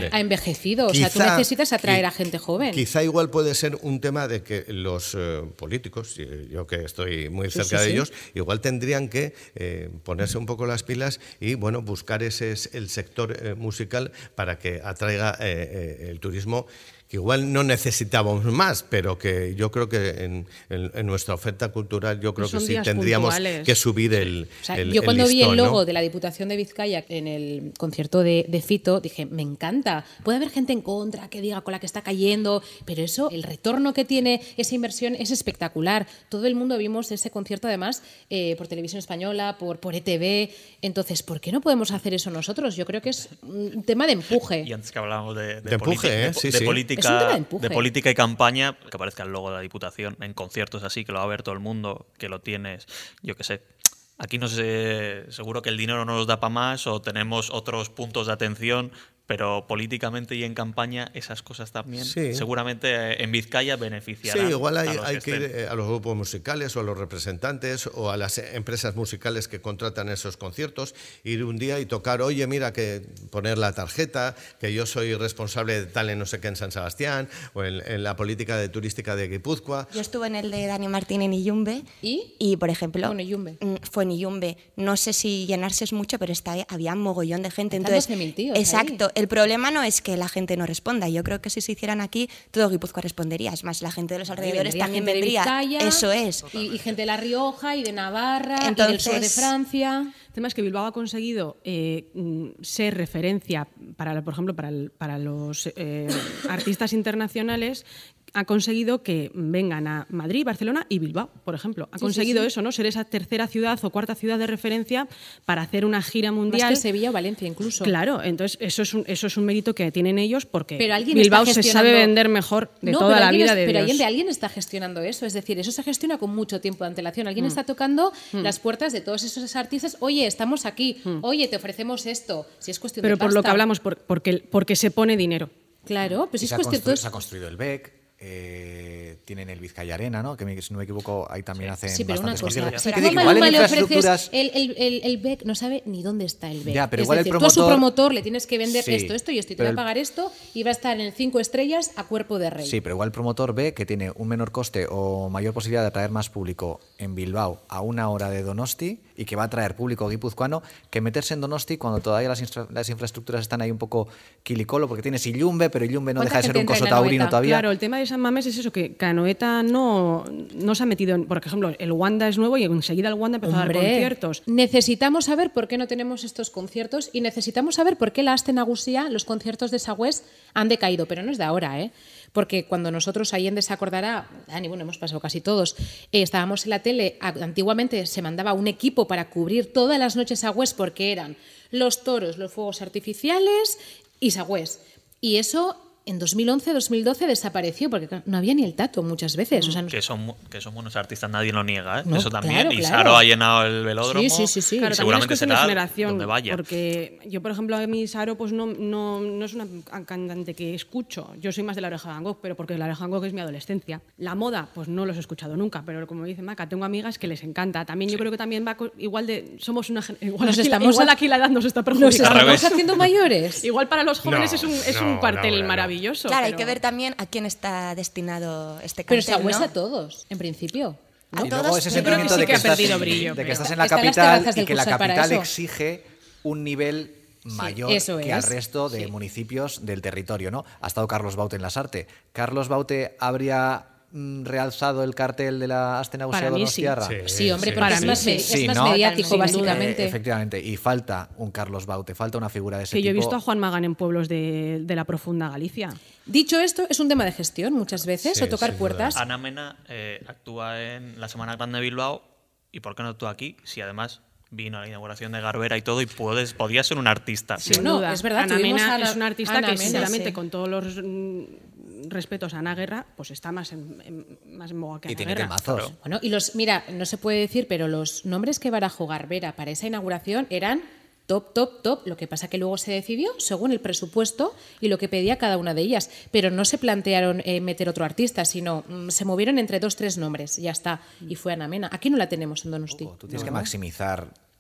ha envejecido. O sea, tú necesitas atraer a gente joven. Quizá igual puede ser un tema de que los eh, políticos, yo que estoy muy cerca sí, sí, de sí. ellos, igual tendrían que eh, ponerse un poco las pilas y bueno, buscar ese el sector eh, musical para que atraiga eh, eh, el turismo, que igual no necesitábamos más, pero que yo creo que en, en, en nuestra oferta cultural yo creo que sí tendríamos puntuales. que subir el, o sea, el Yo cuando el listón, vi el logo ¿no? de la Diputación de Vizcaya en el concierto de, de Fito, dije, me encanta. Puede haber gente en contra que diga con la que está cayendo, pero eso, el retorno que tiene esa inversión es espectacular. Todo el mundo vimos ese concierto además eh, por Televisión Española, por, por E T V. Entonces, ¿por qué no podemos hacer eso nosotros? Yo creo que es un tema de empuje. Y antes que hablábamos de, de, de empuje, ¿eh? de, sí, de sí. política. Es un tema de empuje. De política y campaña, que aparezca el logo de la Diputación en conciertos así, que lo va a ver todo el mundo, que lo tienes, yo qué sé. Aquí no sé, seguro que el dinero no nos da para más o tenemos otros puntos de atención, pero políticamente y en campaña esas cosas también sí. seguramente en Vizcaya beneficiarán. Sí, igual hay, a, los hay que que ir a los grupos musicales o a los representantes o a las empresas musicales que contratan esos conciertos, ir un día y tocar, oye, mira, que poner la tarjeta, que yo soy responsable de tal en no sé qué en San Sebastián o en, en la política de turística de Guipúzcoa. Yo estuve en el de Dani Martín en Iyumbe y, y por ejemplo, bueno, Iyumbe. fue en Iyumbe. No sé si llenarse es mucho, pero está, había un mogollón de gente. Están Entonces, mil tíos exacto. Ahí. El problema no es que la gente no responda. Yo creo que si se hicieran aquí, todo Guipúzcoa respondería. Es más, la gente de los alrededores vendría también gente vendría. De Vizcaya, eso es. Y, y gente de La Rioja y de Navarra Entonces, y del sur de Francia. El tema es que Bilbao ha conseguido eh, ser referencia, para, por ejemplo, para, el, para los eh, artistas internacionales. Ha conseguido que vengan a Madrid, Barcelona y Bilbao, por ejemplo. Ha sí, conseguido sí, sí. eso, ¿no? Ser esa tercera ciudad o cuarta ciudad de referencia para hacer una gira mundial. Más que Sevilla o Valencia incluso. Claro, entonces eso es un, eso es un mérito que tienen ellos porque pero Bilbao se sabe vender mejor de no, toda la vida es, de pero Dios. Pero alguien está gestionando eso, es decir, eso se gestiona con mucho tiempo de antelación. Alguien mm. está tocando mm. las puertas de todos esos artistas. Oye, estamos aquí. Mm. Oye, te ofrecemos esto. Si es cuestión pero de por pasta. lo que hablamos, por, porque, porque se pone dinero. Claro, pues y es se, cuestión ha constru- de... se ha construido el B E C. Eh, tienen el Vizcaya Arena, ¿no? Que si no me equivoco ahí también sí, hacen sí, pero bastantes una cosa, conciertos. si Que tú igual en le infraestructuras... ofreces el, el, el, el B E C no sabe ni dónde está el B E C. Ya, pero es igual decir, el promotor... tú a su promotor le tienes que vender sí, esto, esto y esto, y te va a pagar esto y va a estar en el cinco estrellas a cuerpo de rey. Sí, pero igual el promotor ve que tiene un menor coste o mayor posibilidad de atraer más público en Bilbao a una hora de Donosti y que va a atraer público guipuzcoano que meterse en Donosti cuando todavía las, infra- las infraestructuras están ahí un poco quilicolo, porque tienes Illumbe, pero Illumbe no deja de ser un coso taurino todavía. Claro, el tema de San Mamés es eso, que Canoeta no, no se ha metido en... Por ejemplo, el Wanda es nuevo y enseguida el Wanda empezó Hombre, a dar conciertos. Necesitamos saber por qué no tenemos estos conciertos y necesitamos saber por qué la Aste Nagusia, los conciertos de Sagüés, han decaído, pero no es de ahora, ¿eh? Porque cuando nosotros, Allende se acordará, Dani, bueno, hemos pasado casi todos, eh, estábamos en la tele, antiguamente se mandaba un equipo para cubrir todas las noches Sagüés porque eran los toros, los fuegos artificiales y Sagüés. Y eso... en dos mil once, dos mil doce desapareció porque no había ni el tato muchas veces. O sea, no... que, son, que son buenos artistas, nadie lo niega, ¿eh? No, Eso también. claro, y claro. Saro ha llenado el velódromo. Sí, sí, sí. sí. Claro, seguramente será será de generación, donde vaya. Porque yo, por ejemplo, a mí Saro pues no, no, no es una cantante que escucho. Yo soy más de La Oreja de Van Gogh, pero porque La Oreja de Van Gogh es mi adolescencia. La moda, pues no los he escuchado nunca, pero como dice Maca, tengo amigas que les encanta. También sí. Yo creo que también va igual de... Somos una... Igual, nos aquí, estamos igual a... aquí la edad nos está perjudicando. Nos estamos haciendo mayores. Igual para los jóvenes no, es un, es no, un cartel no, no, maravilloso. Claro, pero... hay que ver también a quién está destinado este Pero cartel, Sagüés ¿no? a todos, en principio. ¿no? A Y todos, luego ese yo creo que sentimiento sí de que que, ha estás, perdido brillo. de que estás en Está la en las capital terrazas y del que la Cursal para capital eso. exige un nivel mayor eso que es. al resto de Sí. municipios del territorio, ¿no? Ha estado Carlos Baute en Lasarte. ¿Carlos Baute habría mm, realzado el cartel de la Aste Nagusia Para mí sí. Donostiarra? Sí. Sí, hombre, Sí. porque Para es mí más, sí. me- es Sí, más ¿no? mediático, Sin duda. básicamente. Eh, efectivamente, y falta un Carlos Baute, falta una figura de ese Que yo he tipo. visto a Juan Magán en pueblos de, de la profunda Galicia. Dicho esto, es un tema de gestión muchas veces, Sí, o tocar sin puertas. Ana Mena eh, actúa en la Semana Grande de Bilbao. ¿Y por qué no actúa aquí? Si además vino a la inauguración de Garbera y todo y puedes, podía ser un artista. Sí. Sin no, duda. es verdad, Ana tuvimos Mena a la- es una artista Ana que, Mena, sinceramente, sí. con todos los mm, respetos a Ana Guerra, pues está más en, en- más en boga que Y Ana tiene Guerra. temazos. Bueno, y los, mira, no se puede decir, pero los nombres que barajó Garbera para esa inauguración eran top, top, top. Lo que pasa que luego se decidió según el presupuesto y lo que pedía cada una de ellas. Pero no se plantearon eh, meter otro artista, sino mm, se movieron entre dos, tres nombres. Ya está. Y fue Ana Mena. Aquí no la tenemos en Donosti. Tú tienes que maximizar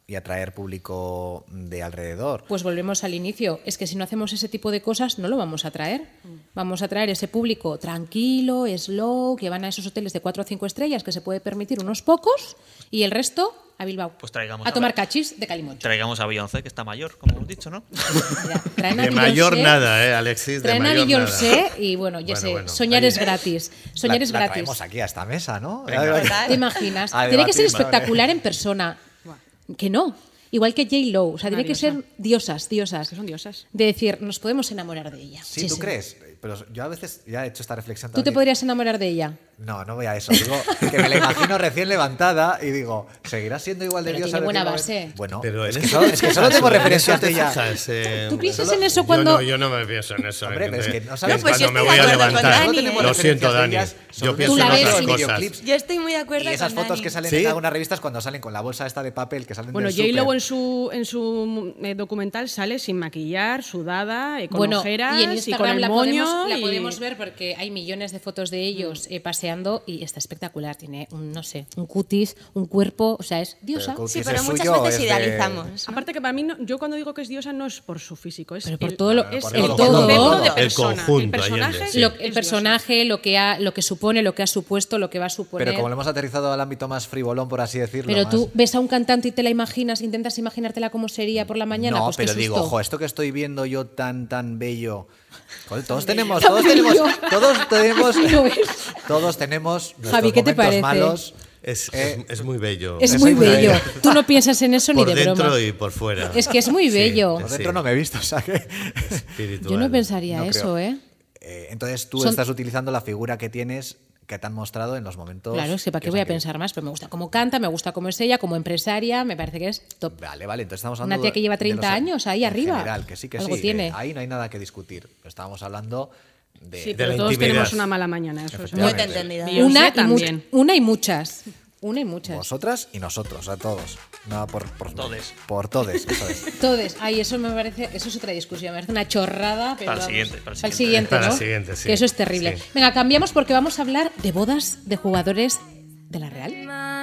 y atraer público de alrededor. Pues volvemos al inicio. Es que si no hacemos ese tipo de cosas, no lo vamos a traer. Vamos a traer ese público tranquilo, slow, que van a esos hoteles de cuatro o cinco estrellas que se puede permitir unos pocos y el resto a Bilbao. Pues traigamos a a tomar ver. cachis de Calimocho. Traigamos a Beyoncé, que está mayor, como hemos dicho, ¿no? Mira, traen a De mayor Beyoncé, nada, ¿eh, Alexis? De Traen a mayor Beyoncé nada. y bueno, ya Bueno, sé, bueno, soñar ahí- es gratis. Soñar la, es la gratis. traemos aquí a esta mesa, ¿no? Venga. ¿Te imaginas? A Tiene que ser debatir, vale. espectacular en persona. Que no. Igual que J-Lo. O sea, Una tiene que diosa. ser diosas, diosas. Que son diosas. De decir, nos podemos enamorar de ella. Sí, ¿tú crees? Pero yo a veces ya he hecho esta reflexión ¿Tú te también. podrías enamorar de ella? No, no voy a eso. Digo que me la imagino recién levantada y digo, ¿seguirá siendo igual de Pero diosa? tiene buena recién- base. Bueno, Pero es, en que eso solo, te es que fijas, solo tengo en eso referencias te de ella. fijas, eh, ¿Tú piensas solo- en eso yo cuando- no- Yo no, me pienso en eso. Hombre, en pero es que- que no sabes- es No, pues yo cuando me estoy voy de a acuerdo con levantar. Dani, ¿eh? Lo siento, Dani. Ellas son Yo unas pienso Tú la en ves otras y- cosas. videoclips. Yo estoy muy de acuerdo Y esas con fotos Dani. que salen ¿Sí? en algunas revistas cuando salen con la bolsa esta de papel que salen Bueno, del J-Lo súper. en su, en su eh, documental sale sin maquillar, sudada, eh, con Bueno, ojeras y en y con Instagram el la, moño. podemos, la y- podemos ver porque hay millones de fotos de ellos eh, paseando y está espectacular. Tiene un, no sé, un cutis, un cuerpo, o sea, es diosa. Pero Sí, ¿Ese pero es muchas suyo o veces es de- idealizamos. Aparte que para mí, no- yo cuando digo que es diosa no es por su físico, es Pero por el, todo lo- es por el todo. concepto Todo. de El persona. conjunto, el personaje, Allende, sí. Lo- es el diosa. personaje, lo que, ha, lo que supone, lo que ha supuesto, lo que va a suponer. Pero como lo hemos aterrizado al ámbito más frivolón, por así decirlo. Pero más- tú ves a un cantante y te la imaginas, intentas imaginártela como sería por la mañana. No, pues qué pero digo, susto. ojo, esto que estoy viendo yo tan, tan bello. Joder, todos tenemos, Tan todos bello. tenemos, todos tenemos, Lo es. todos tenemos nuestros Javi, ¿qué te momentos parece? malos. Es, Eh, es, es muy bello. Es Es muy muy bello. bello. Tú no piensas en eso por ni de dentro broma. y por fuera. Es que es muy Sí, bello. Por sí. dentro no me he visto, o sea que. Espiritual. Yo no pensaría No eso, creo. ¿eh? Eh, entonces tú Son- estás utilizando la figura que tienes, que te han mostrado en los momentos. Claro, es que para qué os voy a han querido. pensar más, pero me gusta cómo canta, me gusta cómo es ella, como empresaria, me parece que es top. Vale, vale, entonces estamos Una hablando. tía que lleva de treinta los- años ahí en arriba. general, que sí, que Algo sí. tiene. eh, ahí no hay nada que discutir. Estábamos hablando de. Sí, de pero la todos intimidad. tenemos una mala mañana. Eso es Muy Efectivamente. te entendido. Beyoncé Una y, mu- también. una y muchas. Una y muchas. Vosotras y nosotros, a todos. No, por, por Todes. Por todes, eso es. Todos. Ay, eso me parece, eso es otra discusión, me parece una chorrada. Pero Para el vamos, siguiente, para el Para el siguiente. siguiente, Para el ¿no? siguiente, sí. Que eso es terrible. Sí. Venga, cambiamos porque vamos a hablar de bodas de jugadores de la Real.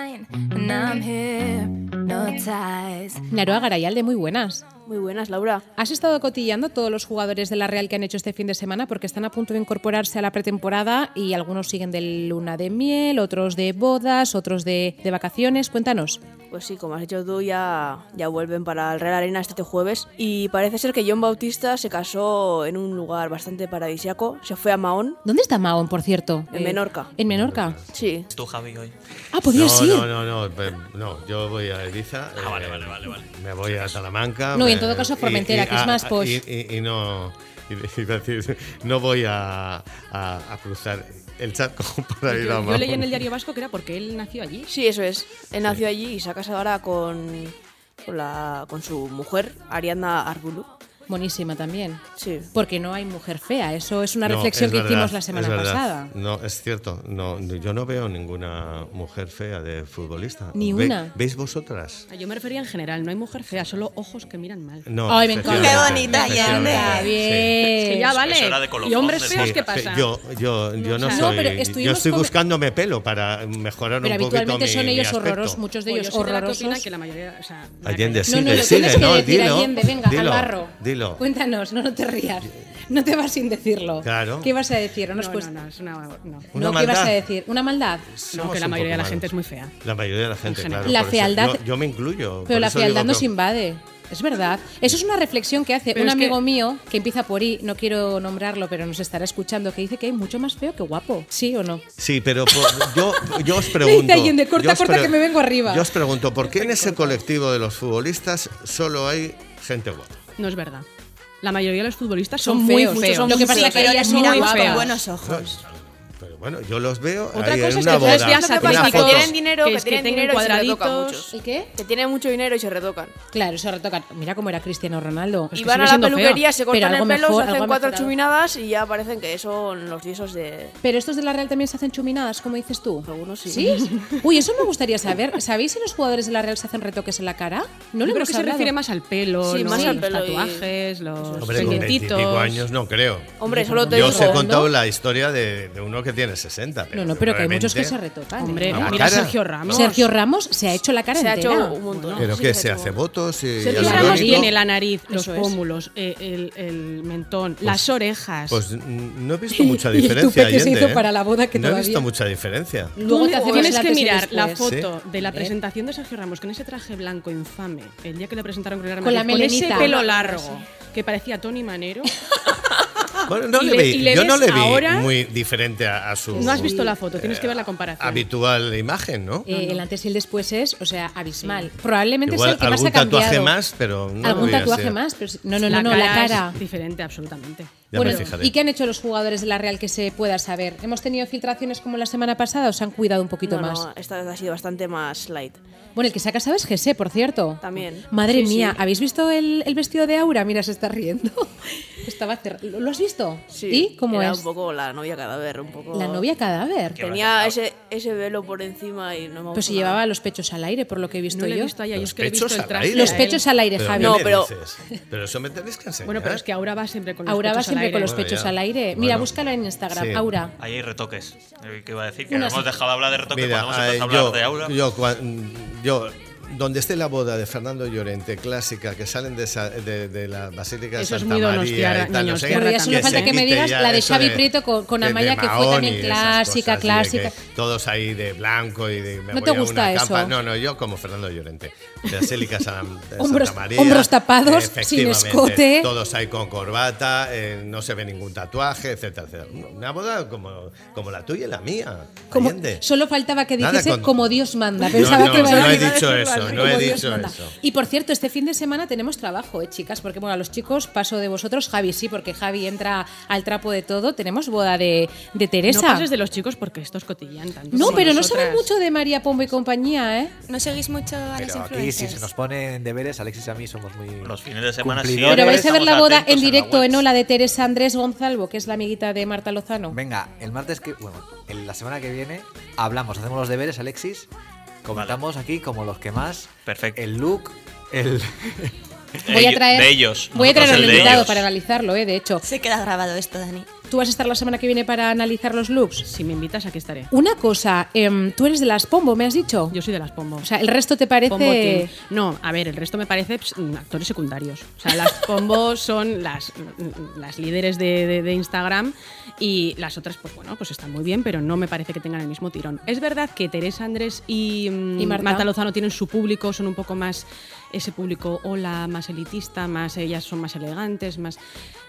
And I'm hypnotized. Naroa Garayalde, muy buenas. Muy buenas, Laura. ¿Has estado cotillando todos los jugadores de la Real que han hecho este fin de semana? Porque están a punto de incorporarse a la pretemporada y algunos siguen de luna de miel, otros de bodas, otros de, de vacaciones. Cuéntanos. Pues sí, como has dicho tú, ya, ya vuelven para el Real Arena este jueves. Y parece ser que John Bautista se casó en un lugar bastante paradisiaco. Se fue a Mahón. ¿Dónde está Mahón, por cierto? En Menorca. ¿En Menorca? Sí. ¿Es tú, Javi, hoy? Ah, podías no, ir. no, no, no, pe- no, yo voy a Ibiza. Ah, vale, eh, vale, vale, vale. Me voy a Salamanca. No, y en me- todo caso a Formentera, que es más posh. Y, y- y no, y- iba a decir, no voy a, a- a cruzar el charco para ir a Yo, yo Mahón. leí en el diario vasco que era porque él nació allí. Sí, eso es. Él nació allí y se ha casado ahora con, con, la, con su mujer, Ariadna Arbulu. Buenísima también. Sí. Porque no hay mujer fea. Eso es una No, reflexión es que verdad, hicimos la es semana verdad. pasada. No, es cierto. No, yo no veo ninguna mujer fea de futbolista. Ni Ve- una. ¿Veis vosotras? Yo me refería en general, no hay mujer fea, solo ojos que miran mal. No, Ay, me encanta. efectivamente, Qué bonita, efectivamente, Yane. Está sí. bien. Es que ya vale. Eso era de colofón, ¿Y hombres de- feos Sí, qué fe- pasa? Yo, yo, yo no o sea, soy. no, pero yo estuvimos estoy come- buscándome pelo para mejorar Pero un poquito habitualmente mi, son mi ellos aspecto. horrorosos, muchos de Pues ellos yo soy de la que horrorosos. opina que la mayoría, o sea, Allende, No, sigue, no, lo sigue, tienes que no, decir, dilo, Allende, venga, dilo, al barro. Dilo. Cuéntanos, no, no te rías. No te vas sin decirlo. Claro. ¿Qué vas a decir? No, nos no, cuesta- no, no, es una... No, Una No, ¿qué maldad. vas a decir? ¿Una maldad? no Somos que la un mayoría de la poco gente malos. es muy fea. La mayoría de la gente, general. claro. La por eso fealdad- Yo, yo me incluyo. Pero por la eso fealdad digo nos que- invade. Es verdad. Eso es una reflexión que hace Pero un es que- amigo mío que empieza por I, no quiero nombrarlo, pero nos estará escuchando, que dice que hay mucho más feo que guapo. ¿Sí o no? Sí, pero por- yo, yo os pregunto. Allende, corta, yo os corta, pre- que me vengo arriba. Yo os pregunto, ¿por qué en ese colectivo de los futbolistas solo hay gente guapa? No es verdad. La mayoría de los futbolistas son, Son muy feos, feos. son Lo que pasa es que pero ella les es muy miramos guapa. con buenos ojos. Pero bueno, yo los veo Otra ahí cosa en es una que tú les boda. veas ¿Qué a una pasa? Que foto. tienen dinero, que que, es que tienen tienen dinero y se retocan cuadraditos. muchos. ¿Y qué? Que tienen mucho dinero y se retocan. Claro, se retocan. Mira cómo era Cristiano Ronaldo. Pues Y que van a sigue la siendo feo. peluquería, se Pero cortan el algo pelo, mejor, se hacen algo cuatro mejorado. chuminadas y ya parecen que son los dioses de... Pero estos de la Real también se hacen chuminadas, como dices tú. Algunos sí. ¿Sí? Uy, eso me gustaría saber. ¿Sabéis si los jugadores de la Real se hacen retoques en la cara? No Yo lo creo hemos que se hablado. refiere más al pelo, Sí, ¿no? más al los pelo y- tatuajes, los Hombre, con pendientitos. veinticinco años no creo. Hombre, solo te Yo digo... os he contado la historia de, de uno que tiene tiene sesenta. Pero no, no, pero que hay realmente- muchos que se retocan. Hombre, ¿eh? La mira cara. Sergio Ramos. Sergio Ramos se ha hecho la cara Se ha entera. hecho un montón. Pero Sí, que se se ha hace hecho- votos y Sergio y Ramos hialurónico. tiene la nariz, los Eso es. pómulos, eh, el, el mentón, las orejas. Pues mm, no he visto mucha Y el diferencia. tupe que se Allende, hizo ¿eh? para la boda que no he todavía- visto mucha diferencia. Luego Tú te hacemos tienes el que antes y mirar la después. foto de la ¿Eh? presentación de Sergio Ramos con ese traje blanco infame, el día que le presentaron con, el Real Con la Madrid, ese melenita. pelo largo que parecía Tony Manero. Bueno, no Y le le- vi- y le yo no ves le vi ahora- muy diferente a, a su No has visto la foto, tienes que ver la comparación. habitual imagen, ¿no? Eh, el antes y el después es, o sea, abismal. Probablemente Igual sea el que más algún ha cambiado. tatuaje más, pero no Algún lo veía tatuaje así. más, pero sí- no, no, no, no, la cara. es diferente, absolutamente. Ya Bueno, me fijaré. ¿y qué han hecho los jugadores de la Real que se pueda saber? ¿Hemos tenido filtraciones como la semana pasada o se han cuidado un poquito No, más? no, esta vez ha sido bastante más light. Bueno, el que se ha casado es Jesse, por cierto. También. Madre Sí, mía, sí. ¿habéis visto el, el vestido de Aura? Mira, se está riendo. Estaba cer- ¿Lo lo has visto? Sí, ¿Y cómo era es? un poco la novia cadáver, un poco... La novia cadáver. Tenía ese, ese velo por encima y no me Pues gustó si nada. llevaba los pechos al aire, por lo que he visto No le he yo. visto a ella, yo Los es que le he pechos visto el al traje. aire. Los a él. pechos al aire, ¿Pero Javi. qué No, me pero- dices? Pero eso me tenéis que enseñar. Bueno, pero es que Aura va siempre con los Aura va pechos siempre al con aire. los Bueno, pechos ya. al aire. Mira, Bueno. búscala en Instagram, Sí. Aura. Ahí hay retoques. Eh, ¿Qué iba a decir? Que Unas- hemos dejado de hablar de retoques Mira, cuando hemos eh, empezado a yo, hablar de Aura. yo, cuan- yo, donde esté la boda de Fernando Llorente, clásica, que salen de, esa- de, de la Basílica de Eso es Santa muy María donostiarra, y tal, no niños, sé tierra qué, Pero ya solo también. falta se que me quite digas ya la de eso Xavi Prieto con- con de- de Amaya, que fue Mahón también y esas clásica, cosas, y de que clásica. todos ahí de blanco y de me ¿No voy te a una gusta eso? campa. No, no, yo como Fernando Llorente. Basílica San- de Hombros- Santa María. hombros tapados, efectivamente, sin escote. Todos ahí con corbata, eh, no se ve ningún tatuaje, etcétera, etcétera. Una boda como, como la tuya y la mía. Como- Allende. solo faltaba que Nada dijese con- como Dios manda. No, Pensaba no, que iba a no he decir- dicho eso, Como no he Dios dicho manda. eso. Y por cierto, este fin de semana tenemos trabajo, ¿eh, chicas? Porque bueno, a los chicos paso de vosotros, Javi sí, porque Javi entra al trapo de todo. Tenemos boda de, de Teresa. No pases de los chicos porque estos cotillan tanto. No, como pero no nosotras. saben mucho de María Pombo y compañía, ¿eh? No seguís mucho a las Pero aquí, influencers. si se nos ponen deberes, Alexis y a mí somos muy. Los fines de semana sí. cumplidores. Pero vais a ver la Estamos boda atentos en la directo web. en Ola de Teresa Andrés Gonzalvo, que es la amiguita de Marta Lozano. Venga, el martes que. Bueno, en la semana que viene hablamos, hacemos los deberes, Alexis. Comentamos aquí como los que más. Perfecto. El look, el. Voy a Ellos- traer, de ellos. voy a traer Nosotros al el de invitado ellos. para analizarlo, ¿eh? De hecho. Se queda grabado esto, Dani. ¿Tú vas a estar la semana que viene para analizar los looks? Si me invitas, aquí estaré. Una cosa, em, tú eres de las Pombo, ¿me has dicho? Yo soy de las Pombo. O sea, ¿el resto te parece...? Pombo Team. No, a ver, el resto me parece pues, actores secundarios. O sea, las Pombo son las, las líderes de, de- de Instagram y las otras, pues bueno, pues están muy bien, pero no me parece que tengan el mismo tirón. Es verdad que Teresa Andrés y, mm, Y Marta. Marta Lozano tienen su público, son un poco más ese público hola, más elitista, más ellas son más elegantes, más...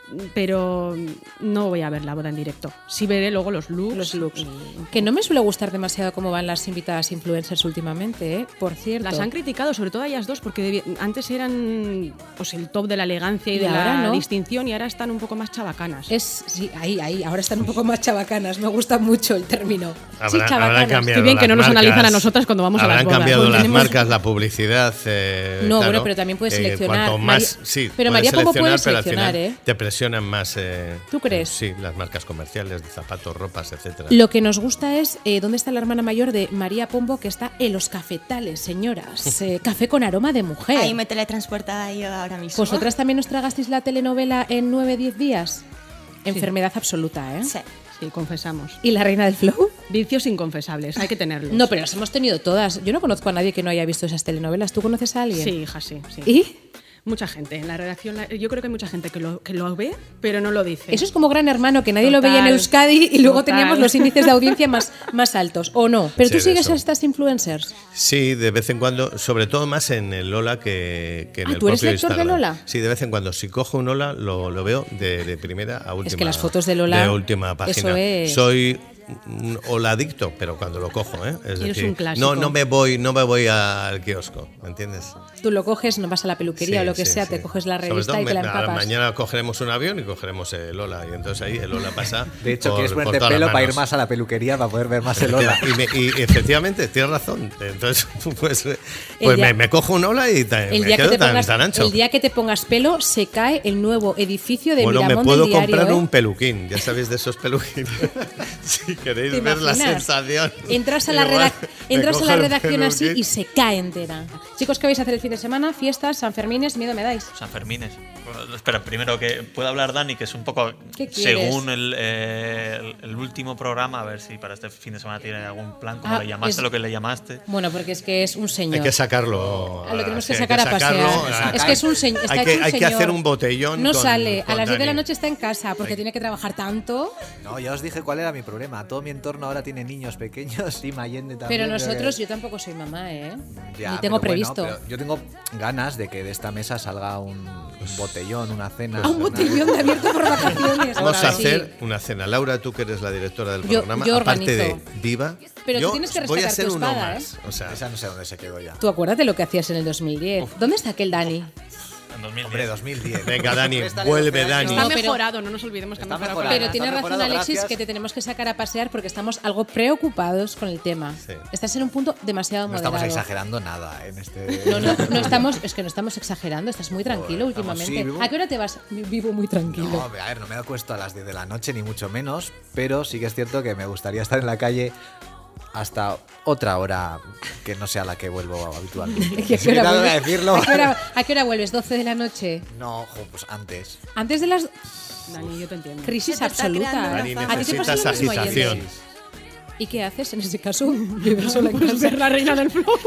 Pero no voy a ver la boda en directo. Sí veré luego los looks. Los looks. y- Que no me suele gustar demasiado cómo van las invitadas influencers últimamente, ¿eh? Por cierto. Las han criticado, sobre todo a ellas dos, porque debi- antes eran pues el top de la elegancia y, Y de ahora la no. distinción y ahora están un poco más chabacanas. Es, sí, ahí, ahí. Ahora están un poco más chabacanas. Me gusta mucho el término. Habrá- sí, habrán chabacanas. cambiado Qué bien que las no nos marcas, analizan a nosotras cuando vamos a las habrán bodas. cambiado Pues las tenemos- marcas, la publicidad. eh, No, claro, bueno, pero también puedes eh, seleccionar. cuanto más, María- sí, pero puedes María Pombo puede seleccionar, pero al seleccionar, final ¿eh? te presionan más. eh, ¿Tú crees? Sí, las marcas comerciales de zapatos, ropas, etcétera. Lo que nos gusta es eh, dónde está la hermana mayor de María Pombo, que está en los cafetales, señoras. Eh, café con aroma de mujer. Ahí me teletransportaba yo ahora mismo. ¿Vosotras también nos tragasteis la telenovela en nueve diez días? Enfermedad absoluta, ¿eh? Sí. Sí, confesamos. ¿Y la reina del flow? Vicios inconfesables, hay que tenerlos. No, pero las hemos tenido todas. Yo no conozco a nadie que no haya visto esas telenovelas. ¿Tú conoces a alguien? Sí, hija, sí. sí. ¿Y? Mucha gente. En la redacción, la- yo creo que hay mucha gente que lo, que lo ve, pero no lo dice. Eso es como Gran Hermano, que nadie lo Total, veía en Euskadi y luego total. teníamos los índices de audiencia más, más altos, ¿o no? ¿Pero Sí, tú de sigues eso. a estas influencers? Sí, de vez en cuando, sobre todo más en el Lola que, que en Ah, el ¿tú eres propio lector de Instagram. Lola? Sí, de vez en cuando. Si cojo un Lola, lo, lo veo de, de primera a última. que las fotos de Lola, de última página. eso es- Soy un Oladicto, pero cuando lo cojo, ¿eh? Es Eres decir, un clásico. no, no me voy, no me voy al kiosco, ¿me entiendes? Tú lo coges, no vas a la peluquería Sí, o lo que sí, sea, sí. te coges la Sobre revista todo y te la me- empapas. Mañana cogeremos un avión y cogeremos el Lola. Y entonces ahí el Lola pasa. De hecho, por- quieres por ponerte todas las pelo para ir manos. más a la peluquería para poder ver más el Lola. Y, me- y efectivamente, tienes razón. Entonces, pues, pues día- me, me cojo un Ola y ta- El me día, que quedo te tan, pongas, tan ancho. el día que te pongas pelo, se cae el nuevo edificio de Bueno, me Miramón puedo del diario. comprar ¿eh? un peluquín, ya sabéis de esos peluquines. Sí, ¿Queréis ¿Te ver la imaginas? sensación? Entras a la, Igual redac- me entras a cojo la el redacción así peluquín. y se cae entera. Chicos, ¿qué vais a hacer el fin de semana? Fiestas, Sanfermines, miedo me dais. San Fermines. Bueno, espera, primero que pueda hablar Dani, que es un poco ¿Qué quieres? según el, eh, el, el último programa, a ver si para este fin de semana tiene algún plan, como Ah, le llamaste, es- lo que le llamaste. Bueno, porque es que es un señor. Hay que sacarlo. Ah, lo tenemos sí, que hay sacar a sacarlo, pasear. a- Es que es un señor. Hay que, hay que hacer un botellón. No con- sale. con A las diez de la Dani. noche está en casa porque tiene que trabajar tanto. No, ya os dije cuál era mi problema. Todo mi entorno ahora tiene niños pequeños y Mayende también. Pero creo nosotros, que- yo tampoco soy mamá, ¿eh? Ya, Ni tengo pero bueno, previsto. pero yo tengo ganas de que de esta mesa salga un, un botellón, una cena. Ah, un una- botellón de abierto por vacaciones. Vamos a Sí. hacer una cena. Laura, tú que eres la directora del Yo- programa, yo aparte de organizo. diva, Pero tú yo tienes que voy a rescatar ser tu uno espada, más. O sea, Esa no sé dónde se quedó ya. Tú acuérdate lo que hacías en el dos mil diez. ¿Dónde está aquel Dani? En dos mil diez. Hombre, dos mil diez. venga, Dani, Está vuelve, doce años. Dani. Está No, pero- mejorado, no nos olvidemos que ha Está mejorado. mejorado. Pero Está tienes razón, mejorado, Alexis, gracias. que te tenemos que sacar a pasear porque estamos algo preocupados con el tema. Sí. Estás en un punto demasiado No moderado. estamos exagerando nada en este. No, no, no estamos, es que no estamos exagerando, estás muy tranquilo Joder, estamos- últimamente. sí, vivo- ¿A qué hora te vas? Vivo muy tranquilo. No, a ver, no me acuesto a las diez de la noche, ni mucho menos, pero sí que es cierto que me gustaría estar en la calle hasta otra hora que no sea la que vuelvo habitualmente. ¿Y a qué hora Cuidado de vuelves? decirlo. ¿A qué hora, a qué hora vuelves? ¿doce de la noche? No, jo, pues antes. Antes de las Dani, yo te entiendo. crisis Se te está creando absolutas. una Dani, fama. ¿A ti te pasa necesitas lo mismo, agitación. Allende? ¿Y qué haces en ese caso? Vives sola en Pues casa. ver la reina del flow.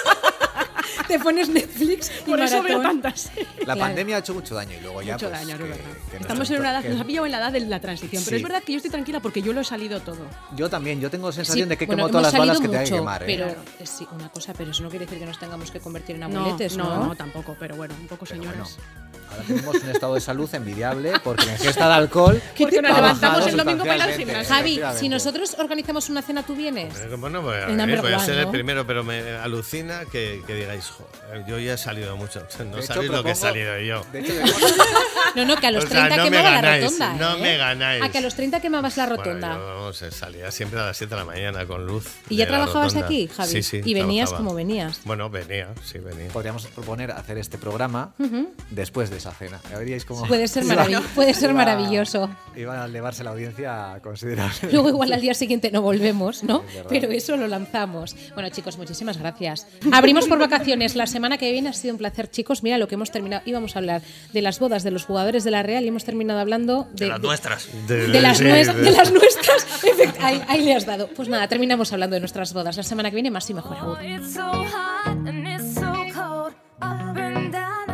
Te pones Netflix y Por eso veo maratón. tantas. La Claro. pandemia ha hecho mucho daño y luego ya. Mucho pues, daño, no que- es verdad. que Estamos nuestro en una edad, entorno- nos ha pillado en la edad de la transición. Pero Sí. es verdad que yo estoy tranquila porque yo lo he salido todo. Yo también, yo tengo sensación Sí, de que he bueno, quemado todas hemos las balas que salido te hay que mucho, quemar. ¿eh? Pero eh, sí, una cosa, pero eso no quiere decir que nos tengamos que convertir en No, abueletes, ¿no? no, no, tampoco. Pero bueno, un poco Pero señoras. bueno, ahora tenemos un estado de salud envidiable porque la ingesta de alcohol. Porque nos ha levantamos bajado el domingo para ir al sustancialmente, gimnasio. Javi, efectivamente. si nosotros organizamos una cena, ¿tú vienes? Pero bueno, voy a, El ver, number voy a one, ser el ¿no? primero, pero me alucina que, que digáis, "Jo, yo ya he salido mucho. No De hecho, sabéis lo que he propongo- salido yo. De hecho, No, no, que a los O sea, treinta no me quemaba la ganáis, rotonda. no ¿eh? me ganáis. A que a los treinta quemabas la rotonda. Bueno, yo vamos, salía siempre a las siete de la mañana con luz. ¿Y ya de la trabajabas rotonda. aquí, Javi? Sí, sí. ¿Y venías trabajaba. como venías? Bueno, venía, sí, venía. podríamos proponer hacer este programa después de esa cena. Ya veríais cómo. Puede ser, iba- maravill- puede ser iba- maravilloso. Iba a elevarse la audiencia considerablemente. Luego igual al día siguiente no volvemos, ¿no? Es verdad. Pero eso lo lanzamos. Bueno, chicos, muchísimas gracias. Abrimos por vacaciones. La semana que viene ha sido un placer, chicos. Mira lo que hemos terminado. Íbamos a hablar de las bodas de los jugadores de la Real y hemos terminado hablando de, De las de- nuestras. de las, sí, nues- de- de las nuestras. Efect- ahí, ahí le has dado. Pues nada, terminamos hablando de nuestras bodas. La semana que viene más y mejor aún. It's so hot and it's so cold. Up and down